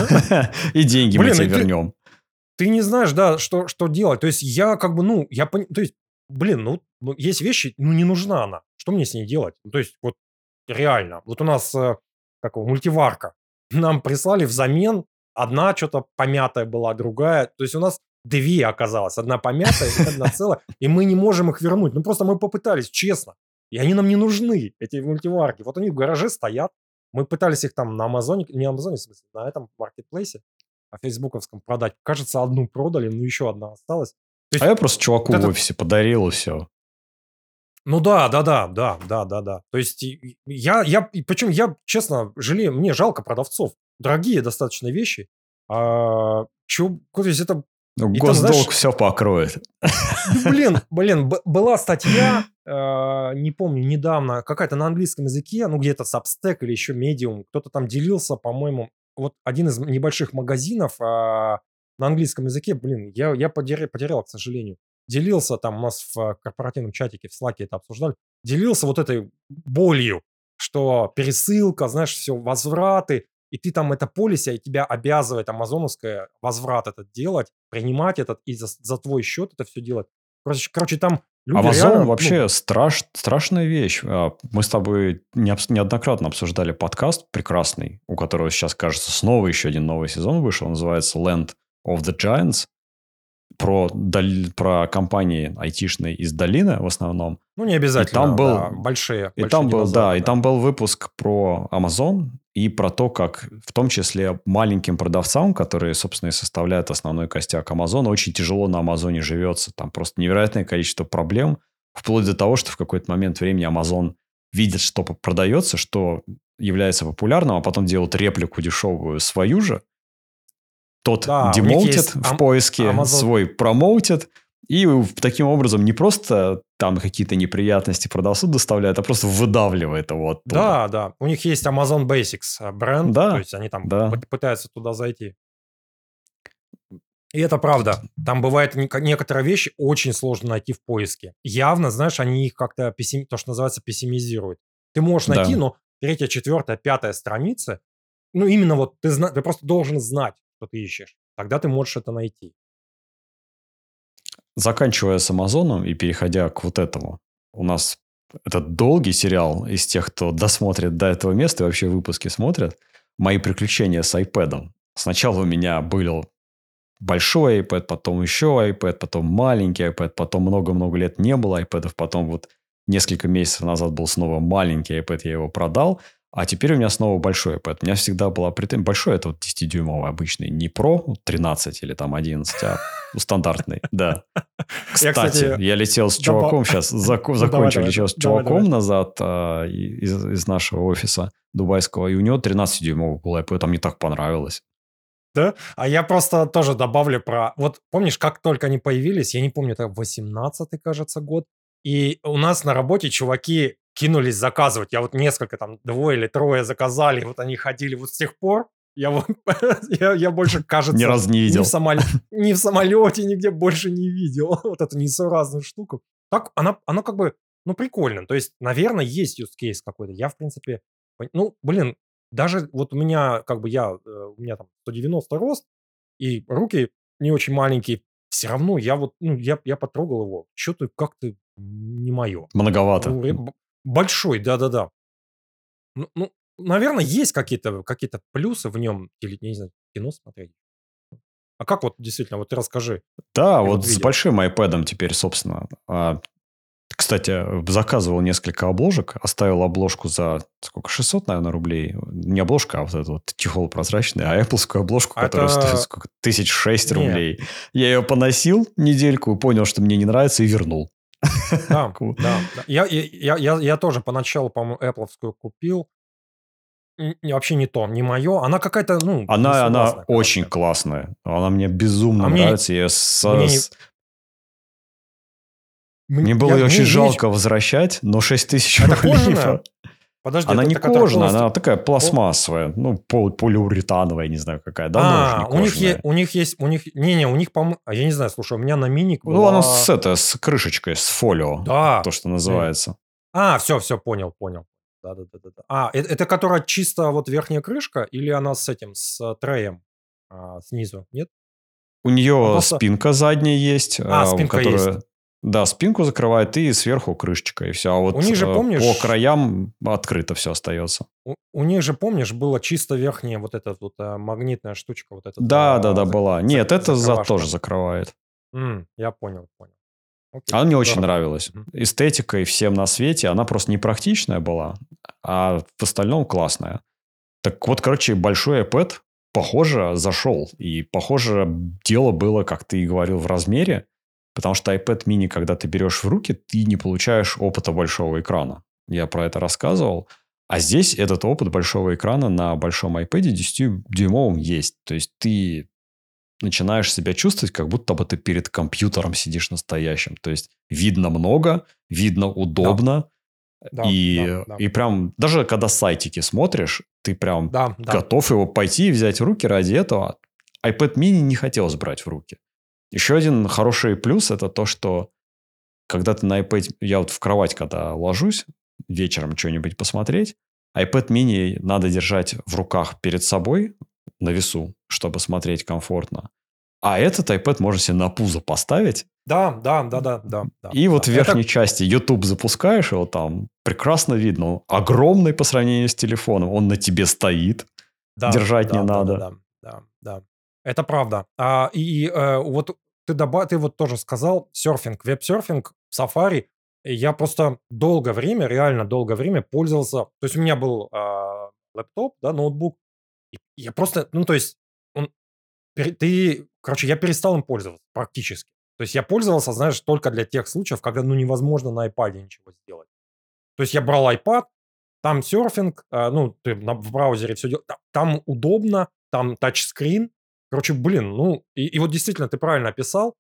И деньги мы Блин, тебе и ты, вернем. ты не знаешь, да, что, что делать. То есть я как бы, ну, я пони- то есть, блин, ну, ну, есть вещи, ну, не нужна она. Что мне с ней делать? Ну, то есть, вот реально. Вот у нас, э, как его, мультиварка. Нам прислали взамен, одна что-то помятая была, другая. То есть у нас две оказалось. Одна помятая и одна целая. И мы не можем их вернуть. Ну, просто мы попытались, честно. И они нам не нужны, эти мультиварки. Вот они в гараже стоят. Мы пытались их там на Амазоне, не Амазоне, в смысле, на этом маркетплейсе, а фейсбуковском продать. Кажется, одну продали, но еще одна осталась. То А есть я просто вот чуваку в этот... офисе подарил, и все. Ну да, да-да, да, да-да-да. То есть и- и я, я, и причем я, честно, жалею, мне жалко продавцов. Дорогие достаточно вещи. А, чё, то есть это, Ну, и там, госдолг знаешь, все покроет. да блин, блин, б- была статья, э, не помню, недавно, какая-то на английском языке, ну где-то Substack или еще Medium, кто-то там делился, по-моему, вот один из небольших магазинов а, на английском языке, блин, я, я потерял, потерял, к сожалению, делился там у нас в корпоративном чатике, в Slack это обсуждали, делился вот этой болью, что пересылка, знаешь, все, возвраты, и ты там это полиси, и тебя обязывает амазоновская возврат этот делать, принимать этот и за, за твой счет это все делать. Короче, короче, там люди Amazon реально, ну, вообще страш, страшная вещь. А, Мы с тобой не обс- неоднократно обсуждали подкаст прекрасный, у которого сейчас, кажется, снова еще один новый сезон вышел. Он называется Land of the Giants. Про, дол- про компании айтишные из долины в основном. ну не И там обязательно, да, был, большие, и большие там был, да, динозавры, и да. там был выпуск про Amazon и про то, как в том числе маленьким продавцам, которые, собственно, и составляют основной костяк Амазона, очень тяжело на Амазоне живется. Там просто невероятное количество проблем, вплоть до того, что в какой-то момент времени Amazon видит, что продается, что является популярным, а потом делают реплику дешевую свою же, тот Да, у них демоутит есть в Ам- поиске, Amazon, свой промоутит, и таким образом не просто там какие-то неприятности продавцу доставляет, а просто выдавливает его оттуда. да, да, у них есть Amazon Basics э, бренд, то Да, есть они там да. пыт- пытаются туда зайти. И это Тут, правда. Там бывает нек- некоторые вещи очень сложно найти в поиске. Явно, знаешь, они их как-то, пессим- то, что называется, пессимизируют. Ты можешь найти, да. но третья, четвертая, пятая страница, ну, именно вот ты, зна- ты просто должен знать, что ты ищешь. Тогда ты можешь это найти. Заканчивая с Амазоном и переходя к вот этому. У нас этот долгий сериал из тех, кто досмотрит до этого места и вообще выпуски смотрят. Мои приключения с iPad. Сначала у меня был большой iPad, потом еще iPad, потом маленький iPad, потом много-много лет не было iPad, потом вот несколько месяцев назад был снова маленький iPad, я его продал, а теперь у меня снова большой iPad. У меня всегда была претензия. Большой это вот десятидюймовый обычный, не Pro тринадцать или там одиннадцать, а стандартный, да. Я, Кстати, кстати, я летел с добав... чуваком, сейчас Ну, давай, закончил, давай, летел с давай, чуваком давай. назад а, из, из нашего офиса дубайского, и у него тринадцатидюймовый был iPad, а мне так понравилось. Да? А я просто тоже добавлю про... Вот помнишь, как только они появились, я не помню, это восемнадцатый, кажется, год, и у нас на работе чуваки кинулись заказывать. Я вот несколько, там, двое или трое заказали, вот они ходили вот с тех пор. Я, вот, я, я больше, Ни кажется, разу не ни в, видел. самоле, ни в самолете, нигде больше не видел вот эту несуразную штуку. Так, она, она как бы, ну, прикольно. То есть, наверное, есть use case какой-то. Я, в принципе, пон- ну, блин, даже вот у меня, как бы я, э, у меня там сто девяносто рост, и руки не очень маленькие, все равно я вот, ну, я, я потрогал его, что-то как-то не мое. Многовато. Ну, ре- б- большой, да-да-да. Ну, ну, наверное, есть какие-то какие плюсы в нем, или, не знаю, кино смотреть. А как вот действительно, вот ты расскажи, Да, ты вот вот с видел. большим iPad'ом теперь, собственно. А, кстати, заказывал несколько обложек, оставил обложку за сколько, шестьсот, наверное, рублей. Не обложка, а вот этот вот чехол прозрачный, а Apple-скую обложку, А которая стоит это, сколько, тысяч шесть не, рублей. Я ее поносил недельку, понял, что мне не нравится, и вернул. да, да, да. Я, я, я, я я тоже поначалу, по-моему, Apple купил. Н- не, вообще не то, не мое. Она какая-то, ну, Она, она несогласная, очень короче. классная. Она мне безумно А мне, нравится. Я со- мне, не- с- мне, Мне было я, ее очень мне, мне не- жалко возвращать, но шесть тысяч Это рублей. кожаная? Подожди, Она это, не это которая кожаная, полностью... она такая пол- пластмассовая, ну, пол, полиуретановая, не знаю какая. Давно уже не А, у них, е- кожаная. у них есть, у них, не-не, у них, по-моему, а я не знаю, слушай, у меня на миник Ну, она с, была... это, с крышечкой, с фолио, Да. то, что М. называется. А, все, все, понял, понял. Да-да-да-да. А, э- это, которая чисто вот верхняя крышка или она с этим, с э, треем а, снизу? Нет? У А нее просто... спинка задняя есть, А, а, спинка есть. которая, да, спинку закрывает, и сверху крышечка, и все. А У вот них же, э, по помнишь, краям открыто все остается. у, у них же, помнишь, была чисто верхняя вот эта вот а, магнитная штучка, вот эта Да, да, за, да, за- была. за- Нет, это за, тоже закрывашка. закрывает. М, я понял, понял. Окей, Она мне очень здорово. нравилась. Мгм. Эстетика и всем на свете. Она просто непрактичная была, а в остальном классная. Так вот, короче, большой iPad, похоже, зашел. И, похоже, дело было, как ты и говорил, в размере. Потому что iPad mini, когда ты берешь в руки, ты не получаешь опыта большого экрана. Я про это рассказывал. А здесь этот опыт большого экрана на большом iPad десятидюймовом есть. То есть ты начинаешь себя чувствовать, как будто бы ты перед компьютером сидишь настоящим. То есть видно много, видно Да, удобно. да, да, И, да, и прям, даже когда сайтики смотришь, ты прям да, да. готов его пойти и взять в руки ради этого. iPad mini не хотелось брать в руки. Еще один хороший плюс – это то, что когда ты на iPad... Я вот в кровать, когда ложусь, вечером что-нибудь посмотреть, iPad mini надо держать в руках перед собой на весу, чтобы смотреть комфортно. А этот iPad можно себе на пузо поставить. Да, да, да, да, да, да. И вот да. в верхней Это... части YouTube запускаешь его там, прекрасно видно. Он огромный по сравнению с телефоном. Он на тебе стоит. Да, Держать да, не да, надо. да, да, да, да. Это правда. А, и э, вот ты, доба- ты вот тоже сказал, серфинг, веб-серфинг, Safari. И я просто долгое время, реально долгое время пользовался. То есть у меня был а, лэптоп, да, ноутбук. И я просто, ну то есть, он, пере- ты, короче, я перестал им пользоваться практически. То есть я пользовался, знаешь, только для тех случаев, когда ну невозможно на iPad ничего сделать. То есть я брал iPad, там серфинг, а, ну, ты на- в браузере все делаешь, там удобно, там тачскрин. Короче, блин, ну, и, и вот действительно ты правильно описал,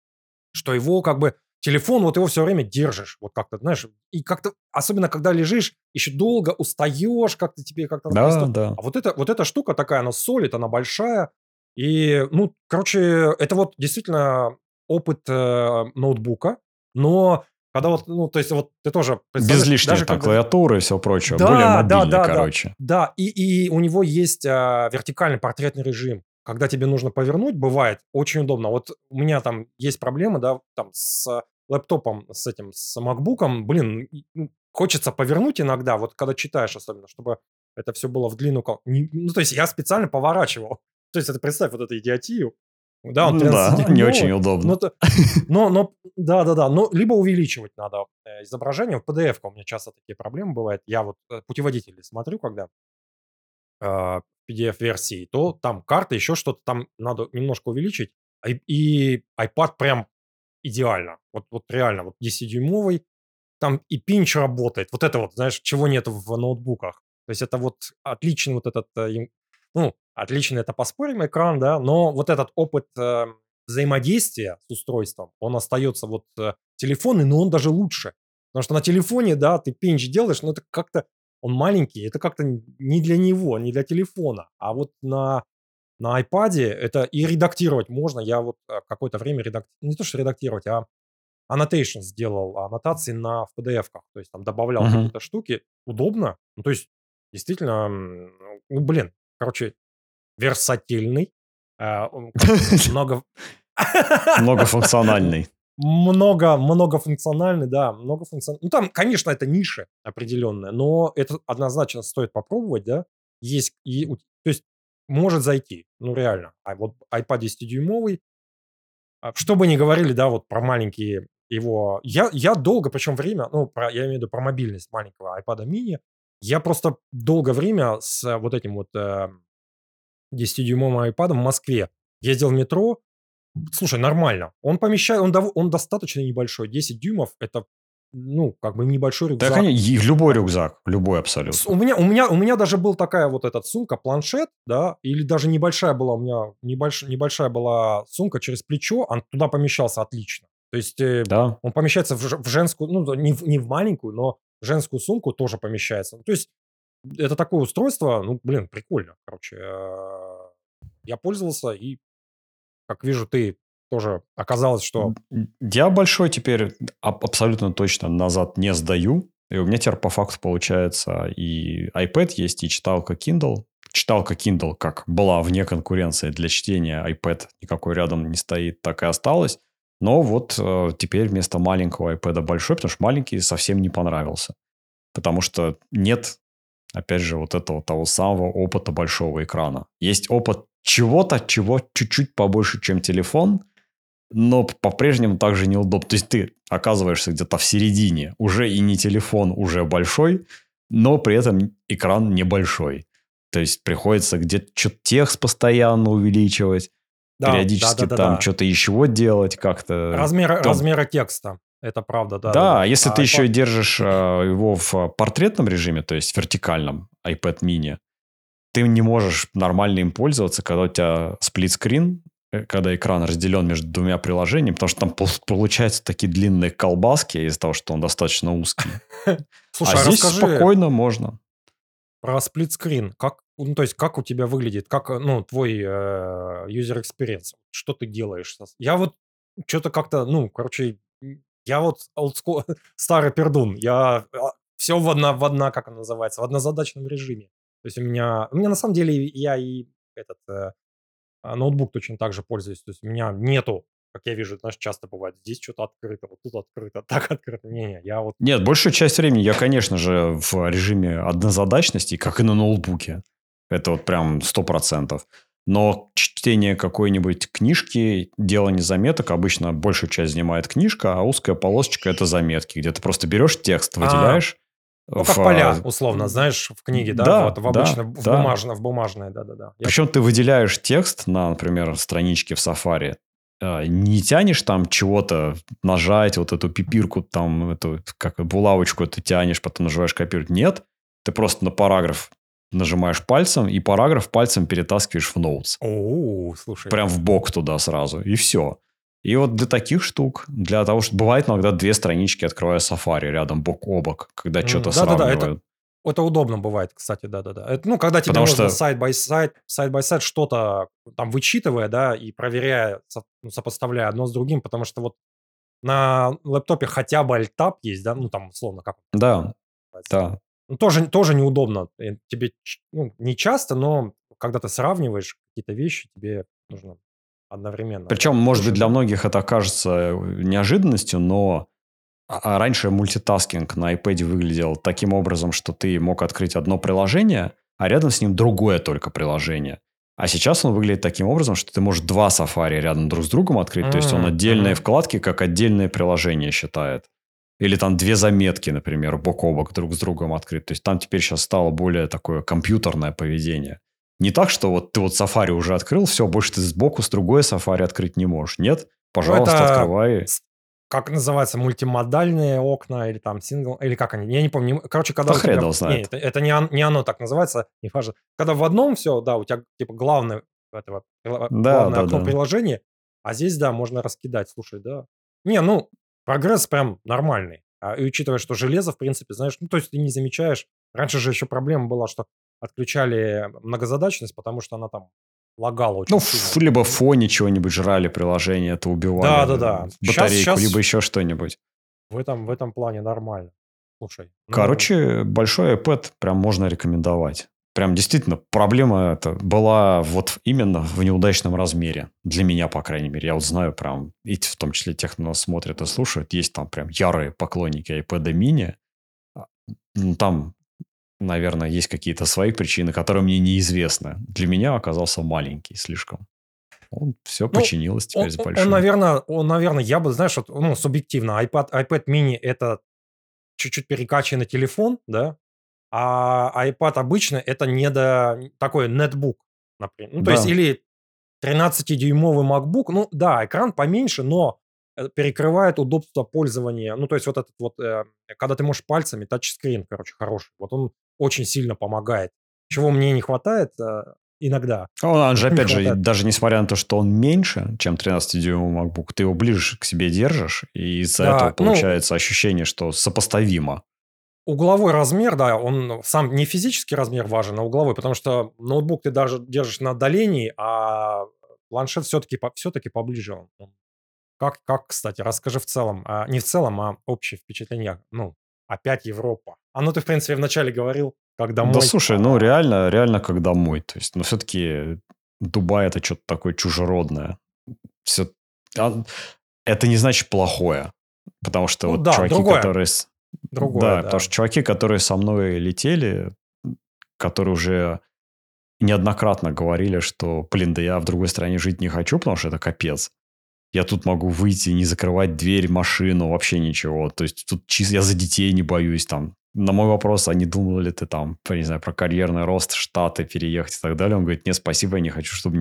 что его как бы телефон, вот его все время держишь, вот как-то, знаешь, и как-то, особенно когда лежишь, еще долго устаешь, как-то тебе как-то Да, просто... да. А вот, это, вот эта штука такая, она солит, она большая, и, ну, короче, это вот действительно опыт э, ноутбука, но когда вот, ну, то есть вот ты тоже Без представляешь, лишней даже там когда... клавиатуры и все прочее. Более Да, да, мобильный, да, да, короче. да. И, и у него есть а, вертикальный портретный режим. Когда тебе нужно повернуть, бывает очень удобно. Вот у меня там есть проблемы, да, там с лэптопом, с этим, с макбуком. Блин, и, ну, хочется повернуть иногда, вот когда читаешь особенно, чтобы это все было в длину. ка- не- Ну, то есть я специально поворачивал. То есть это представь вот эту идиотию. Да, он Да, не очень тридцатидюймовый, но, удобно. то- но, но, да, да, да, но либо увеличивать надо э, изображение. В пи ди эф у меня часто такие проблемы бывают. Я вот э, путеводители смотрю, когда а, пи ди эф-версии, то там карты, еще что-то, там надо немножко увеличить. А И, и iPad прям идеально. Вот, вот реально, вот десятидюймовый, там и пинч работает. Вот это вот, знаешь, чего нет в ноутбуках. То есть это вот отличный вот этот, э, им- ну, отличный это поспорим экран, да, но вот этот опыт э, взаимодействия с устройством, он остается вот э, телефонный, но он даже лучше. Потому что на телефоне, да, ты пинч делаешь, но это как-то, он маленький, это как-то не для него, не для телефона. А вот на, на iPad это и редактировать можно. Я вот э, какое-то время редактировал, не то что редактировать, а annotation сделал, аннотации на в пи ди эф-ках, то есть там добавлял Мгм. какие-то штуки. Удобно. Ну, то есть действительно, м, ну, блин, короче, версатильный, а, он, как сказать, много... Многофункциональный. Много, многофункциональный, да, многофункциональный. Ну, там, конечно, это ниша определенная, но это однозначно стоит попробовать, да. Есть, и, у- то есть может зайти, ну, реально. А вот iPad десятидюймовый, а, что бы ни говорили, да, вот про маленькие его... Я, я долго, причем время, ну, про, я имею в виду про мобильность маленького iPad mini, я просто долгое время с э, вот этим вот э, десятидюймовым iPad в Москве ездил в метро. Слушай, нормально. Он помещает, он, дов- он достаточно небольшой. десять дюймов – это, ну, как бы небольшой Да, рюкзак. конечно, и любой Да. рюкзак, любой С- У абсолютно. меня, у меня, у меня даже был такая вот эта сумка, планшет, да, или даже небольшая была у меня, небольш, небольшая была сумка через плечо, он туда помещался отлично. То есть э, Да. он помещается в, ж- в женскую, ну, не в, не в маленькую, но в женскую сумку тоже помещается. Ну, то есть это такое устройство, ну, блин, прикольно, короче. э, Я пользовался, и, как вижу, ты тоже оказалось, что... Я большой теперь аб- абсолютно точно назад не сдаю. И у меня теперь по факту получается и iPad есть, и читалка Kindle. Читалка Kindle как была вне конкуренции для чтения, iPad никакой рядом не стоит, так и осталось. Но вот э, теперь вместо маленького iPad большой, потому что маленький совсем не понравился. Потому что нет, опять же, вот этого того самого опыта большого экрана. Есть опыт чего-то, чего чуть-чуть побольше, чем телефон, но по-прежнему также неудобно. То есть ты оказываешься где-то в середине. Уже и не телефон, уже большой, но при этом экран небольшой. То есть приходится где-то что-то текст постоянно увеличивать. Да, периодически там да-да-да-да. что-то еще делать как-то. Размера, Там размера текста. Это правда, Да, да-да-да. если ты А еще и iPad... держишь а, его в портретном режиме, то есть вертикальном iPad mini, ты не можешь нормально им пользоваться, когда у тебя сплитскрин, э, когда экран разделен между двумя приложениями, потому что там пол- получаются такие длинные колбаски из-за того, что он достаточно узкий. А Слушай, а здесь расскажи спокойно можно. про сплитскрин. Как, ну, то есть, как у тебя выглядит, как, э, ну, твой э, user experience? Что ты делаешь? со- Я вот что-то как-то, ну, короче, м, я вот олдскул, старый пердун. Я все в одна, в одна, как она называется, в однозадачном режиме. То есть у меня, у меня на самом деле я и этот э, а, ноутбук точно так же пользуюсь. То есть у меня нету, как я вижу, знаешь, часто бывает, здесь что-то открыто, вот тут открыто, так открыто. Не-не, я вот... Нет, большую часть времени я, конечно же, в режиме однозадачности, как и на ноутбуке. Это вот прям сто процентов. Но чтение какой-нибудь книжки, делание заметок, обычно большую часть занимает книжка, а узкая полосочка – это заметки, где ты просто берешь текст, А, выделяешь ну, в... как поля, а, условно, знаешь, в книге, да, вот Да, в да, обычно, в да. бумажное, в бумажное, да-да-да. Я Причем ты выделяешь текст на, например, страничке в Safari, а, не тянешь там чего-то, нажать вот эту пипирку, там, эту, как булавочку ты тянешь, потом нажимаешь копировать. Нет, ты просто на параграф нажимаешь пальцем, и параграф пальцем перетаскиваешь в Notes. О, слушай. Прям в бок туда сразу, и все. И вот для таких штук, для того, что бывает иногда две странички, открывая Safari рядом бок о бок, когда что-то М, Да-да-да, это, сравнивают. это удобно бывает, кстати, да-да-да. Это, ну, когда тебе Потому нужно что, сайт-бай-сайт, сайт-бай-сайт что-то там вычитывая, да, и проверяя, со- ну, сопоставляя одно с другим, потому что вот на лэптопе хотя бы альтаб есть, да, ну, там, условно, как он да, называется. да. Ну, тоже, тоже неудобно. Э, Тебе, ч- ну, не часто, но когда ты сравниваешь какие-то вещи, тебе нужно одновременно, да. Причем, может быть, Слушай, для ну, многих это окажется э, неожиданностью, но а- а раньше мультитаскинг на iPad выглядел таким образом, что ты мог открыть одно приложение, а рядом с ним другое только приложение. А сейчас он выглядит таким образом, что ты можешь два Safari рядом друг с другом открыть, то есть он м, отдельные мгм. вкладки как отдельные приложения считает. Или там две заметки, например, бок о бок друг с другом открыть. То есть там теперь сейчас стало более такое компьютерное поведение. Не так, что вот ты вот Safari уже открыл, все, больше ты сбоку с другой Safari открыть не можешь. Нет, Ну, пожалуйста, это, открывай. с- как называется, мультимодальные окна или там сингл, или как они, я не помню. Короче, когда Да у хрен тебя... его Не, знает. это, это не, он- не оно так называется, не важно. Когда в одном все, да, у тебя типа главное, этого, прила- Да, главное да, окно да. приложения, а здесь, да, можно раскидать. Слушай, да. Не, ну, прогресс прям нормальный. А, и учитывая, что железо, в принципе, знаешь, ну, то есть ты не замечаешь. Раньше же еще проблема была, что отключали многозадачность, потому что она там лагала Ну, очень сильно. ф- либо в фоне чего-нибудь жрали приложение, это убивали э, Да-да-да. Сейчас, батарейку, либо сейчас еще что-нибудь. в этом в этом плане нормально. Слушай, ну Короче, большой iPad прям можно рекомендовать. Прям действительно, проблема эта была вот именно в неудачном размере. Для меня, по крайней мере. Я вот знаю прям, и в том числе тех, кто нас смотрит и слушает, есть там прям ярые поклонники iPad mini. А, ну, там, наверное, есть какие-то свои причины, которые мне неизвестны. Для меня оказался маленький слишком. Он все ну, починилось он теперь с он, большим. наверно он, наверно, я бы, знаешь, вот, ну, субъективно, iPad iPad mini — это чуть-чуть перекачанный телефон, да, а iPad обычный — это недо такой нетбук, например. Ну, то есть Да. или тринадцатидюймовый MacBook. Ну да, экран поменьше, но, э, перекрывает удобство пользования. Ну, то есть вот этот вот, э, когда ты можешь пальцами, тачскрин, короче, хороший. Вот он очень сильно помогает. Чего мне не хватает, э, иногда. Он, он же, Не опять же, хватает даже несмотря на то, что он меньше, чем тринадцатидюймовый MacBook, ты его ближе к себе держишь, и из-за этого Да, ну, получается ощущение, что сопоставимо. угловой размер, да, он сам не физический размер важен, а угловой, потому что ноутбук ты даже держишь на отдалении, а планшет все-таки все-таки поближе он. Он- Как, как, кстати, расскажи в целом, а, не в целом, а общее впечатление. Ну, опять Европа. А ну ты, в принципе, вначале говорил, как Да домой. слушай, ну А, реально, реально как домой. То есть, ну все-таки Дубай это что-то такое чужеродное. Все... Это не значит плохое. Потому что ну вот да, чуваки, другое, которые... с- другое, Да, потому да. что чуваки, которые со мной летели, которые уже неоднократно говорили, что, блин, да я в другой стране жить не хочу, потому что это капец. Я тут могу выйти, не закрывать дверь, машину, вообще ничего. То есть тут чисто я за детей не боюсь. Там. На мой вопрос, а не думал ли ты там, не знаю, про карьерный рост, Штаты переехать и так далее? Он говорит, нет, спасибо, я не хочу, чтобы мне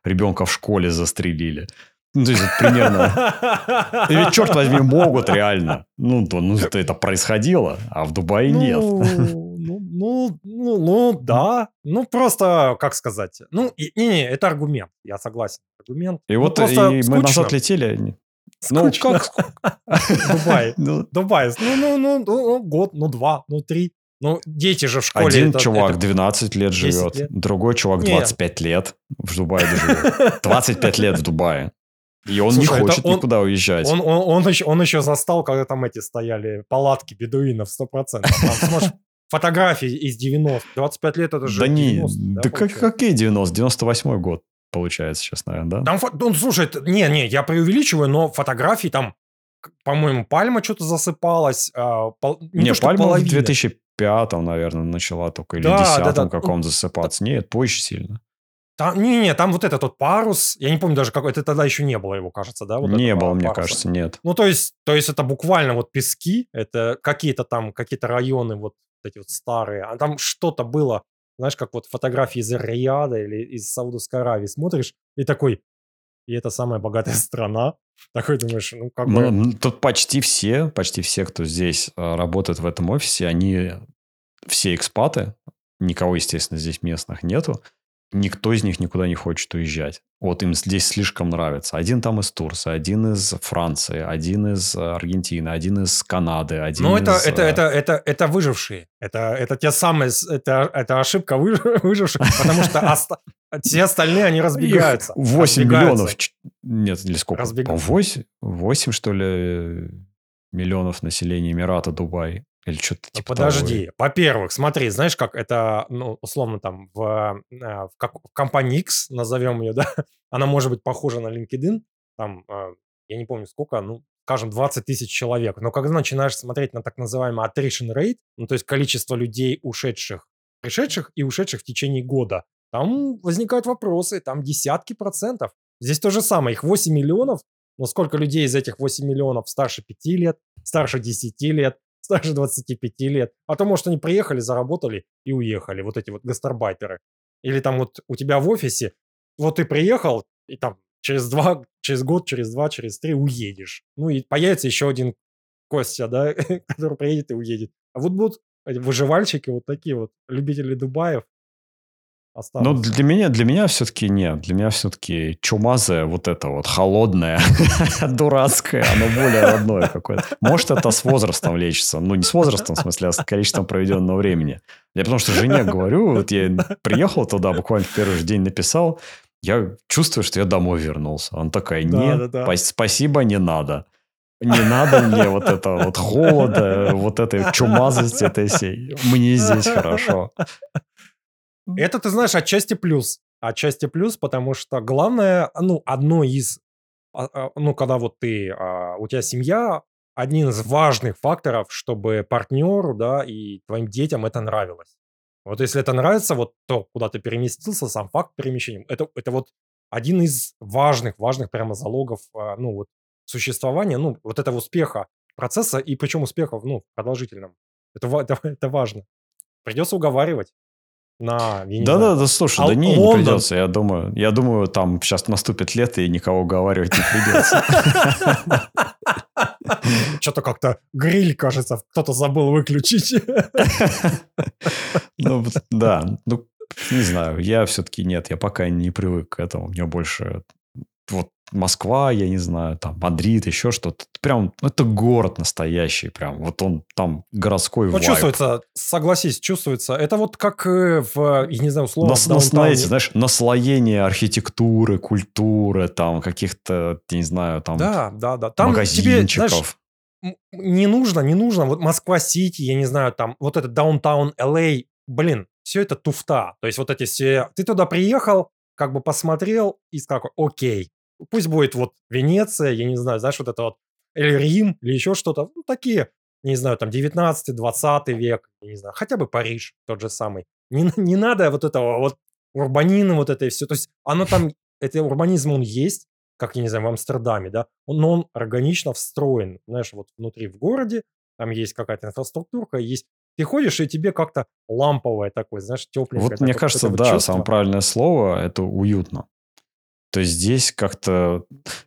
ребенка в школе застрелили. Ну, то есть, это примерно... И ведь, черт возьми, могут реально. Ну, то, ну, это, это происходило, а в Дубае нет. Ну, ну, ну, ну, ну, да. Ну, просто, как сказать. Ну, и- не, не, это аргумент. Я согласен. Аргумент. И Ну, вот просто и мы назад скучно. летели. Ну, Скучно. как? Дубай. Ну, Дубай. Ну, ну, ну, ну, ну, год, ну, два, ну, три. Ну, дети же в школе один это, чувак это двенадцать лет десять живет, лет. другой чувак Не, двадцать пять лет в Дубае живет. двадцать пять лет в Дубае. И он не слушай, это хочет он, никуда уезжать. он, он, он, еще, он еще застал, когда там эти стояли палатки бедуинов сто процентов. Там, сможешь, фотографии из девяностых. двадцать пять лет это же Да не, девяностые, да, да как, получается? какие девяностые? девяносто восьмой год получается сейчас, наверное, да? Там, фо- ну, слушай, это- не, не, я преувеличиваю, но фотографии там, к- по-моему, пальма что-то засыпалась. а, пол- не, Не, то, что Пальма в половина. две тысячи пятом, наверное, начала только, или Да, да, десятом да. каком засыпаться. Нет, позже сильно. Там, не, не, там вот этот вот парус, я не помню даже какой, это тогда еще не было его, кажется, да, вот Не этого было, мне паруса. кажется, нет. Ну, то есть, то есть это буквально вот пески, это какие-то там, какие-то районы вот эти вот старые, а там что-то было, знаешь, как вот фотографии из Риада или из Саудовской Аравии смотришь, и такой, и это самая богатая страна, такой думаешь, ну, как бы... Ну, тут почти все, почти все, кто здесь э, работает в этом офисе, они все экспаты, никого, естественно, здесь местных нету, никто из них никуда не хочет уезжать. Вот им здесь слишком нравится. Один там из Турции, один из Франции, один из э, Аргентины, один из Канады, один Ну, это, из... это, э, это, это, это выжившие. Это, это те самые, с- это, это ошибка вы- выживших, потому что оста- все остальные, они Их разбегаются. восемь разбегаются. миллионов. ч- Нет, или сколько? Разбег- По восемь, восемь, что ли, миллионов населения Эмирата Дубай. Или что-то Ну, типа того. подожди. Во-первых, смотри, знаешь, как это, ну, условно, там, в, э, в, как- в компании X, назовем ее, да, она может быть похожа на LinkedIn, там, э, я не помню сколько, ну, скажем, двадцать тысяч человек. Но когда начинаешь смотреть на так называемый attrition rate, ну, то есть количество людей, ушедших, пришедших и ушедших в течение года, там возникают вопросы, там десятки процентов. Здесь то же самое, их восемь миллионов, но сколько людей из этих восьми миллионов старше пяти лет, старше десяти лет, старше двадцати пяти лет. А то, может, они приехали, заработали и уехали. Вот эти вот гастарбайтеры. Или там вот у тебя в офисе, вот ты приехал, и там через два, через год, через два, через три уедешь. Ну и появится еще один Костя, да, который приедет и уедет. А вот будут эти выживальщики, вот такие вот, любители Дубаев Но останутся. для меня, для меня все-таки нет. Для меня все-таки чумазая вот это вот холодное, дурацкое, оно более родное какое-то. Может, это с возрастом лечится. Ну, не с возрастом, в смысле, а с количеством проведенного времени. Я потому что жене говорю, вот я приехал туда, буквально в первый же день написал, я чувствую, что я домой вернулся. Она такая, Да, не, да, да. пос- спасибо, не надо. Не надо мне вот это вот холода, вот этой чумазости этой всей. Мне здесь хорошо. Это, ты знаешь, отчасти плюс. Отчасти плюс, потому что главное, ну, одно из, а, а, ну, когда вот ты, а, у тебя семья, один из важных факторов, чтобы партнеру, да, и твоим детям это нравилось. Вот если это нравится, вот то, куда ты переместился, сам факт перемещения, это, это вот один из важных, важных прямо залогов, а, ну, вот, существования, ну, вот этого успеха процесса, и причем успеха, ну, продолжительном. Это, ва- это, это важно. Придется уговаривать на, я не Да, знаю, да, да, там, слушай, а да не, не Лондон. придется. Я думаю, я думаю, там сейчас наступит лето, и никого уговаривать не придется. Что-то как-то гриль, кажется, кто-то забыл выключить. Ну, вот, да, ну, не знаю, я все-таки нет, я пока не привык к этому. Мне больше вот Москва, я не знаю, там Мадрид, еще что-то. Прям, ну, это город настоящий, прям. Вот он там городской Ну, вайб. чувствуется, согласись, чувствуется. Это вот как э, в, я не знаю, условно, Нас, в нас, даунтауне. знаете, знаешь, наслоение архитектуры, культуры, там каких-то, я не знаю, там Да, да, да. Там тебе, знаешь, магазинчиков. м- не нужно, не нужно. Вот Москва-Сити, я не знаю, там вот этот даунтаун Эл Эй, блин, все это туфта. То есть вот эти все... Ты туда приехал, как бы посмотрел и сказал, окей, пусть будет вот Венеция, я не знаю, знаешь, вот это вот, или Рим, или еще что-то. Ну, такие, не знаю, там девятнадцатый, двадцатый век, я не знаю, хотя бы Париж тот же самый. Не, не надо вот этого вот урбанины, вот это и все. То есть оно там, это урбанизм, он есть, как, я не знаю, в Амстердаме, да, он- но он органично встроен, знаешь, вот внутри в городе, там есть какая-то инфраструктурка, есть... Ты ходишь, и тебе как-то ламповое такое, знаешь, тепленькое. Вот мне такое, кажется, вот да, чувство. самое правильное слово – это уютно. То есть здесь как-то...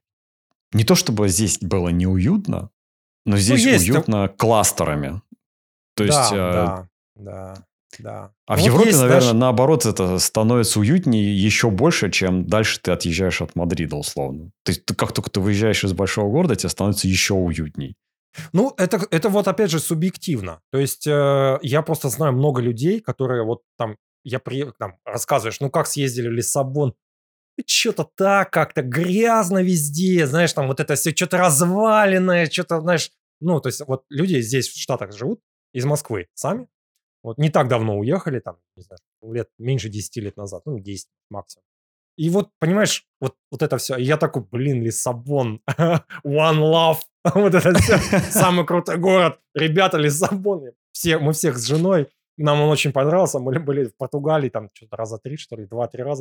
Не то чтобы здесь было неуютно, но Ну, здесь есть, э, уютно кластерами. То есть... да, э, да, да, да. А в Ну, вот Европе, есть, наверное, знаешь, наоборот, это становится уютнее еще больше, чем дальше ты отъезжаешь от Мадрида, условно. То есть, ты, как только ты выезжаешь из большого города, тебе становится еще уютней. ну, это, это вот опять же субъективно. То есть э, я просто знаю много людей, которые вот там, я при, там рассказываешь, ну как съездили в Лиссабон, что-то так как-то грязно везде, знаешь, там вот это все что-то разваленное, что-то, знаешь, ну, то есть вот люди здесь в Штатах живут, из Москвы сами, вот не так давно уехали, там, не знаю, лет меньше десяти лет назад, ну, десять максимум. И вот, понимаешь, вот, вот это все. Я такой, блин, Лиссабон, One Love, вот это все, самый крутой город. Ребята, Лиссабон, все, мы всех с женой, нам он очень понравился, мы были в Португалии там что-то раза три, что ли, два-три раза.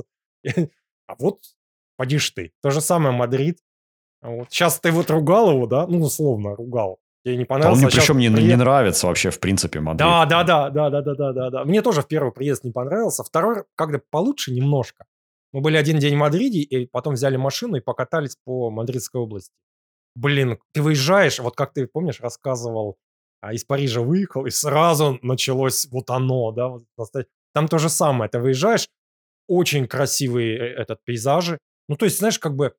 А вот, поди ж ты, то же самое Мадрид. А вот сейчас ты вот ругал его, да, ну, условно ругал, тебе не Да он понравился, мне а сейчас причем не, не приехал. нравится вообще, в принципе, Мадрид. Да, да, да, да, да, да, да, да, да. Мне тоже в первый приезд не понравился. Второй, когда получше немножко. Мы были один день в Мадриде, и потом взяли машину и покатались по Мадридской области. Блин, ты выезжаешь, вот как ты, помнишь, рассказывал, а, из Парижа выехал, и сразу началось вот оно, да, вот настоя- там то же самое. Ты выезжаешь, очень красивые э, этот пейзажи. Ну, то есть, знаешь, как бы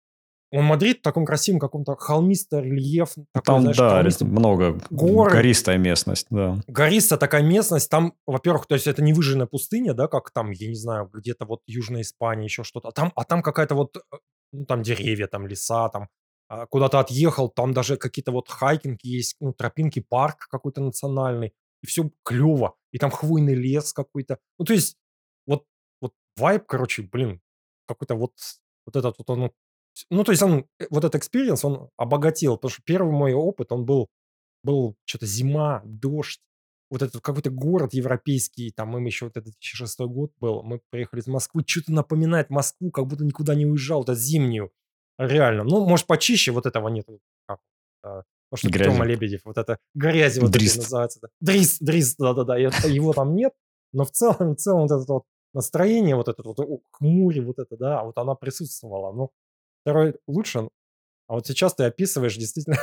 он Мадрид в таком красивом каком-то холмисто рельеф, такой, Там, знаешь, да, ре- холмистый много горы, гористая местность, да. гористая такая местность, там, во-первых, то есть это не выжженная пустыня, да, как там, я не знаю, где-то вот Южная Испания, еще что-то, а там, а там какая-то вот, э, ну, там деревья, там леса, там а, куда-то отъехал, там даже какие-то вот хайкинг есть, ну, тропинки, парк какой-то национальный, и все клево, и там хвойный лес какой-то, ну, то есть вот, вот вайб, короче, блин, какой-то вот, вот этот вот он, ну, то есть он, э, вот этот экспириенс, он обогатил, потому что первый мой опыт, он был был что-то зима, дождь, вот этот какой-то город европейский, там им еще вот этот две тысячи шестой год был, мы приехали из Москвы, что-то напоминает Москву, как будто никуда не уезжал, это зимнюю, реально. Ну, может, почище вот этого нет, как, а, то, что Тёма Грязи. Лебедев, вот это грязи вот этой Дрист. называется. Да. Дрис, дрис, да-да-да, и это- его там нет, но в целом, в целом вот это вот настроение, вот это вот о, хмуре, вот это, да, вот она присутствовала. Ну, второй лучше, а вот сейчас ты описываешь действительно.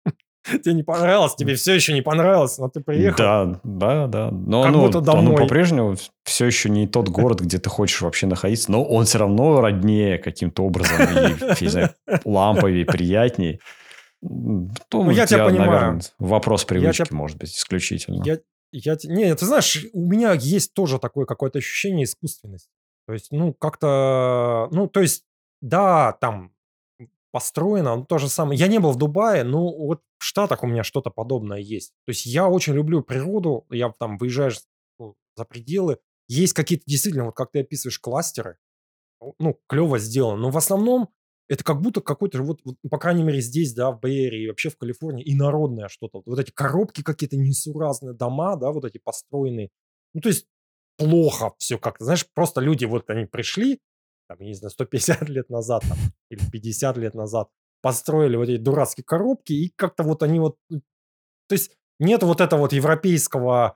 Тебе не понравилось, тебе все еще не понравилось, но ты приехал Да, да, да. Но как будто оно, оно домой. по-прежнему все еще не тот город, где ты хочешь вообще находиться, но он все равно роднее каким-то образом и, не знаю, ламповее, приятнее. М, Ну, я Тут тебя я, наверное, понимаю. вопрос Я тебя, привычки, может быть, исключительно. я, я, те- не, ты знаешь, у меня есть тоже такое какое-то ощущение искусственности. То есть, ну, как-то, ну, то есть, да, там построено, ну, то же самое. Я не был в Дубае, но вот в Штатах у меня что-то подобное есть. То есть я очень люблю природу, я там выезжаешь, ну, за пределы. Есть какие-то действительно, вот как ты описываешь, кластеры, ну, клево сделано. Но в основном это как будто какой-то вот, вот, по крайней мере, здесь, да, в Бэй-Эрии и вообще в Калифорнии, инородное что-то. Вот эти коробки какие-то несуразные, дома, да, вот эти построенные. Ну, то есть плохо все как-то. Знаешь, просто люди, вот они пришли, там, я не знаю, сто пятьдесят лет назад там, или пятьдесят лет назад, построили вот эти дурацкие коробки, и как-то вот они вот... ну, то есть нет вот этого вот европейского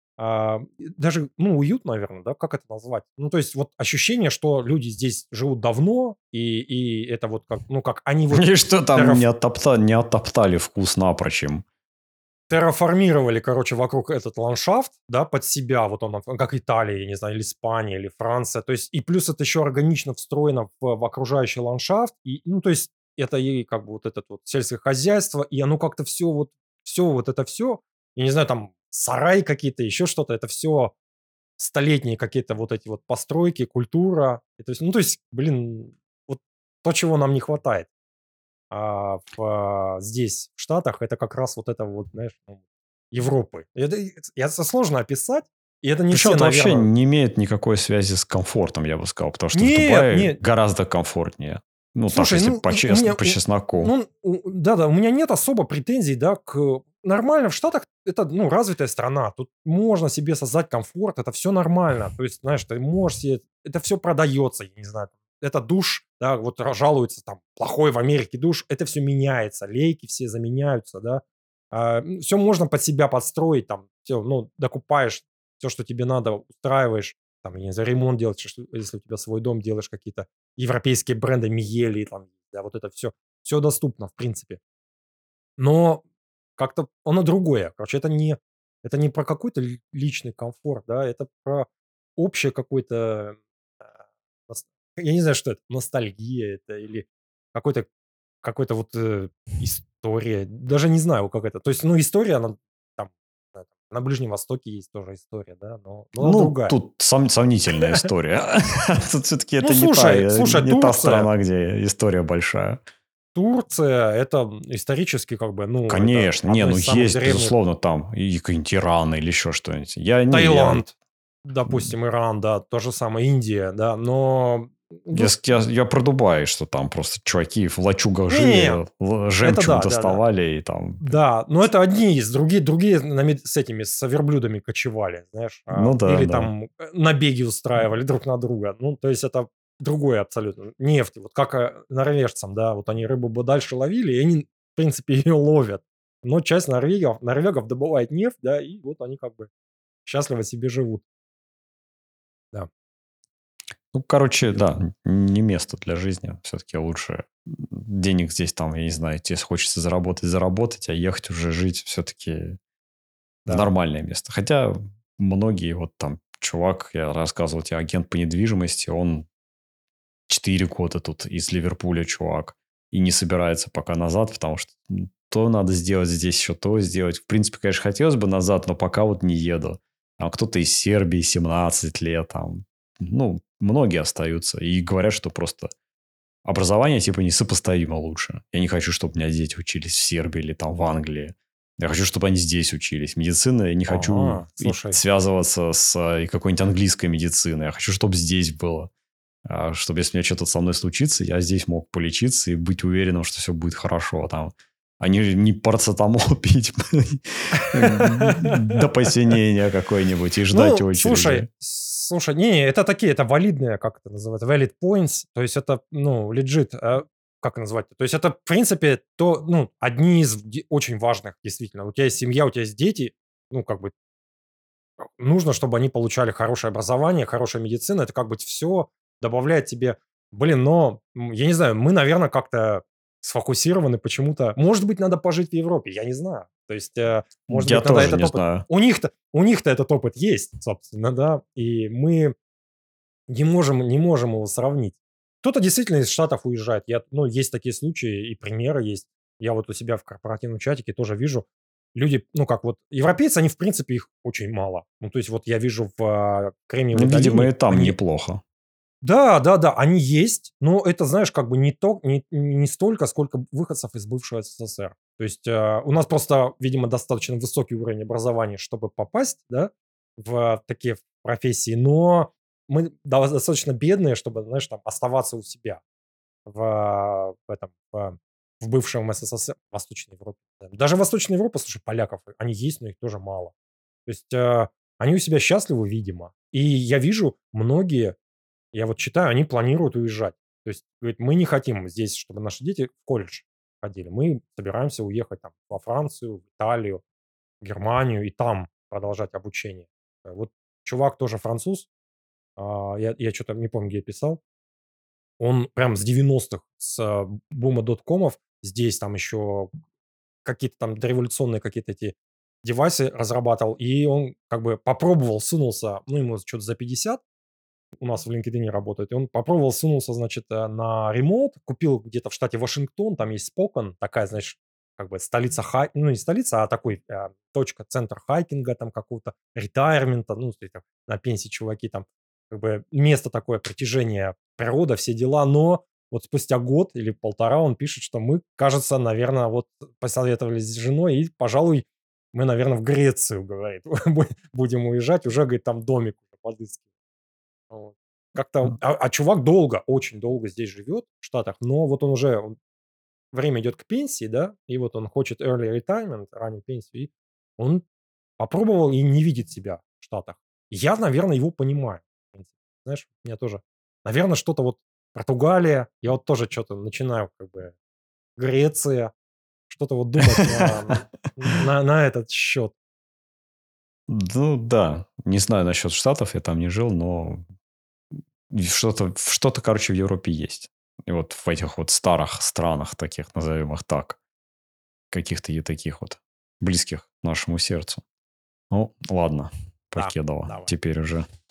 а, даже, ну, уют, наверное, да, как это назвать? Ну, то есть вот ощущение, что люди здесь живут давно, и, и это вот как, ну, как они вот И что там не, терраф- оттопта- не оттоптали вкус напрочь им. терраформировали, короче, вокруг этот ландшафт, да, под себя, вот он, как Италия, я не знаю, или Испания, или Франция, то есть, и плюс это еще органично встроено в, в окружающий ландшафт, и, ну, то есть, это и как бы вот это вот сельское хозяйство, и оно как-то все вот, все вот это все, я не знаю, там, сараи какие-то, еще что-то, это все столетние какие-то вот эти вот постройки, культура. И то есть, ну, то есть, блин, вот то, чего нам не хватает а, в, а, здесь, в Штатах, это как раз вот это вот, знаешь, ну, Европы. И Это, и это сложно описать, и это не Причем все, это вообще наверное... не имеет никакой связи с комфортом, я бы сказал, потому что в Нет, Дубае нет, гораздо комфортнее. Ну, так, слушай, если ну, по, у у честно, меня, по у- чесноку. ну, у- да-да, у меня нет особо претензий, да, к... Нормально, в Штатах это, ну, развитая страна, тут можно себе создать комфорт, это все нормально, то есть, знаешь, ты можешь себе, это все продается, я не знаю, это душ, да, вот ра- жалуются, там, плохой в Америке душ, это все меняется, лейки все заменяются, да, все можно под себя подстроить, там, все, ну, докупаешь все, что тебе надо, устраиваешь, там, я не знаю, ремонт делать, что- если у тебя свой дом делаешь какие-то европейские бренды Miele, там, да, вот это все, все доступно, в принципе. Но как-то оно другое. Короче, это не, это не про какой-то ли- личный комфорт, да, это про общее какое-то, а, нос- я не знаю, что это, ностальгия это или какой-то, какой-то вот э, история, даже не знаю, как это. То есть, ну, история, она там, э, на Ближнем Востоке есть тоже история, да, но, но она Ну, другая. тут сом- сомнительная история. Тут все-таки Ну, это не та, слушай, э, слушай, не та Турция, страна, где история большая. Турция, это исторически как бы, ну, это Конечно, не, одно ну из самых есть, древних. безусловно, там и какие-нибудь Иран или еще что-нибудь. Я не, я, Таиланд, м, допустим, Иран, да, то же самое, Индия, да, но я, тут с- я, я про Дубай, что там просто чуваки в лачугах не-не-не, жили, л- это жемчуг да, да-да. доставали и там... Да, но это одни из, другие другие на мед с этими, с верблюдами кочевали, знаешь, а, Ну да, или да. там, э, набеги устраивали друг на друга. Ну, то есть это другое абсолютно. Нефть, вот как, э, норвежцам, да, вот они рыбу бы дальше ловили, и они, в принципе, ее ловят. Но часть норвегов норвегов добывает нефть, да, и вот они как бы счастливо себе живут. Да, Ну, короче, да, не место для жизни. Все-таки лучше денег здесь там, я не знаю, тебе хочется заработать, заработать, а ехать уже жить все-таки в да. нормальное место. Хотя многие, вот там чувак, я рассказывал тебе, агент по недвижимости, он четыре года тут из Ливерпуля, чувак, и не собирается пока назад, потому что м, то надо сделать здесь, еще то сделать. В принципе, конечно, хотелось бы назад, но пока вот не еду. Там кто-то из Сербии, семнадцать лет, там, ну, многие остаются и говорят, что просто образование типа несопоставимо лучше. Я не хочу, чтобы у меня дети учились в Сербии или там в Англии. Я хочу, чтобы они здесь учились. Медицина, я не хочу Ага, и слушай, связываться с э, какой-нибудь английской медициной. Я хочу, чтобы здесь было. А, чтобы если у меня что-то со мной случится, я здесь мог полечиться и быть уверенным, что все будет хорошо. Там, а не, не парацетамол пить до посинения какой-нибудь и ждать ну, слушай, очереди. слушай, не, не, это такие, это валидные, как это называется, valid points, то есть это, ну, legit, а, как назвать? То есть это, в принципе, то, ну, одни из де- очень важных, действительно. У тебя есть семья, у тебя есть дети, ну, как бы нужно, чтобы они получали хорошее образование, хорошая медицина, это как бы все добавляет тебе, блин, но, м, я не знаю, мы, наверное, как-то сфокусированы почему-то, может быть, надо пожить в Европе, я не знаю. То есть, э, может Я быть, надо тоже этот не опыт, знаю. у них-то, у них-то этот опыт есть, собственно, да, и мы не можем, не можем его сравнить. Кто-то действительно из Штатов уезжает, я, ну, есть такие случаи и примеры есть. Я вот у себя в корпоративном чатике тоже вижу, люди, ну, как вот, европейцы, они, в принципе, их очень мало. Ну, то есть вот я вижу в а, Ну, Кремниевой видимо, и долине, там они, неплохо. да, да, да, они есть, но это, знаешь, как бы не то, не, не столько, сколько выходцев из бывшего СССР. То есть э, у нас просто, видимо, достаточно высокий уровень образования, чтобы попасть, да, в такие профессии, но мы да- достаточно бедные, чтобы, знаешь, там оставаться у себя в, а, в этом, в, в бывшем СССР, Восточной Европе. Да. Даже Восточная Европа, слушай, поляков, они есть, но их тоже мало. То есть э, они у себя счастливы, видимо. И я вижу, многие я вот читаю, они планируют уезжать. То есть, говорит, мы не хотим здесь, чтобы наши дети в колледж ходили. Мы собираемся уехать там во Францию, в Италию, в Германию и там продолжать обучение. Э, Вот чувак тоже француз, а, я, я что-то не помню, где я писал. Он прям с девяностых, с а, бума доткомов, здесь там еще какие-то там дореволюционные какие-то эти девайсы разрабатывал, и он как бы попробовал, сунулся, ну, ему что-то за пятьдесят, у нас в LinkedIn работает, и он попробовал, сунулся, значит, э, на ремоут, купил где-то в штате Вашингтон, там есть Спокон, такая, знаешь, как бы столица хай, ну не столица, а такой э, точка, центр хайкинга там какого-то, ретайрмента, ну, то есть там на пенсии чуваки там, как бы место такое, притяжение, природа, все дела, но вот спустя год или полтора он пишет, что мы, кажется, наверное, вот посоветовались с женой, и, пожалуй, мы, наверное, в Грецию, говорит, будем уезжать, уже, говорит, там домик подыскиваем. Вот. Как-то, а, а чувак долго, очень долго здесь живет, в Штатах, но вот он уже, он- время идет к пенсии, да, и вот он хочет early retirement, раннюю пенсию, и он попробовал и не видит себя в Штатах. Я, наверное, его понимаю. В принципе. Знаешь, у меня тоже, наверное, что-то вот Португалия, я вот тоже что-то начинаю, как бы, Греция, что-то вот думать на, на, на этот счет. Ну да, не знаю насчет Штатов, я там не жил, но что-то, что-то, короче, в Европе есть. И вот в этих вот старых странах, таких, назовем их так, каких-то и таких вот близких нашему сердцу. Ну, ладно, Да, покедова. давай. Теперь уже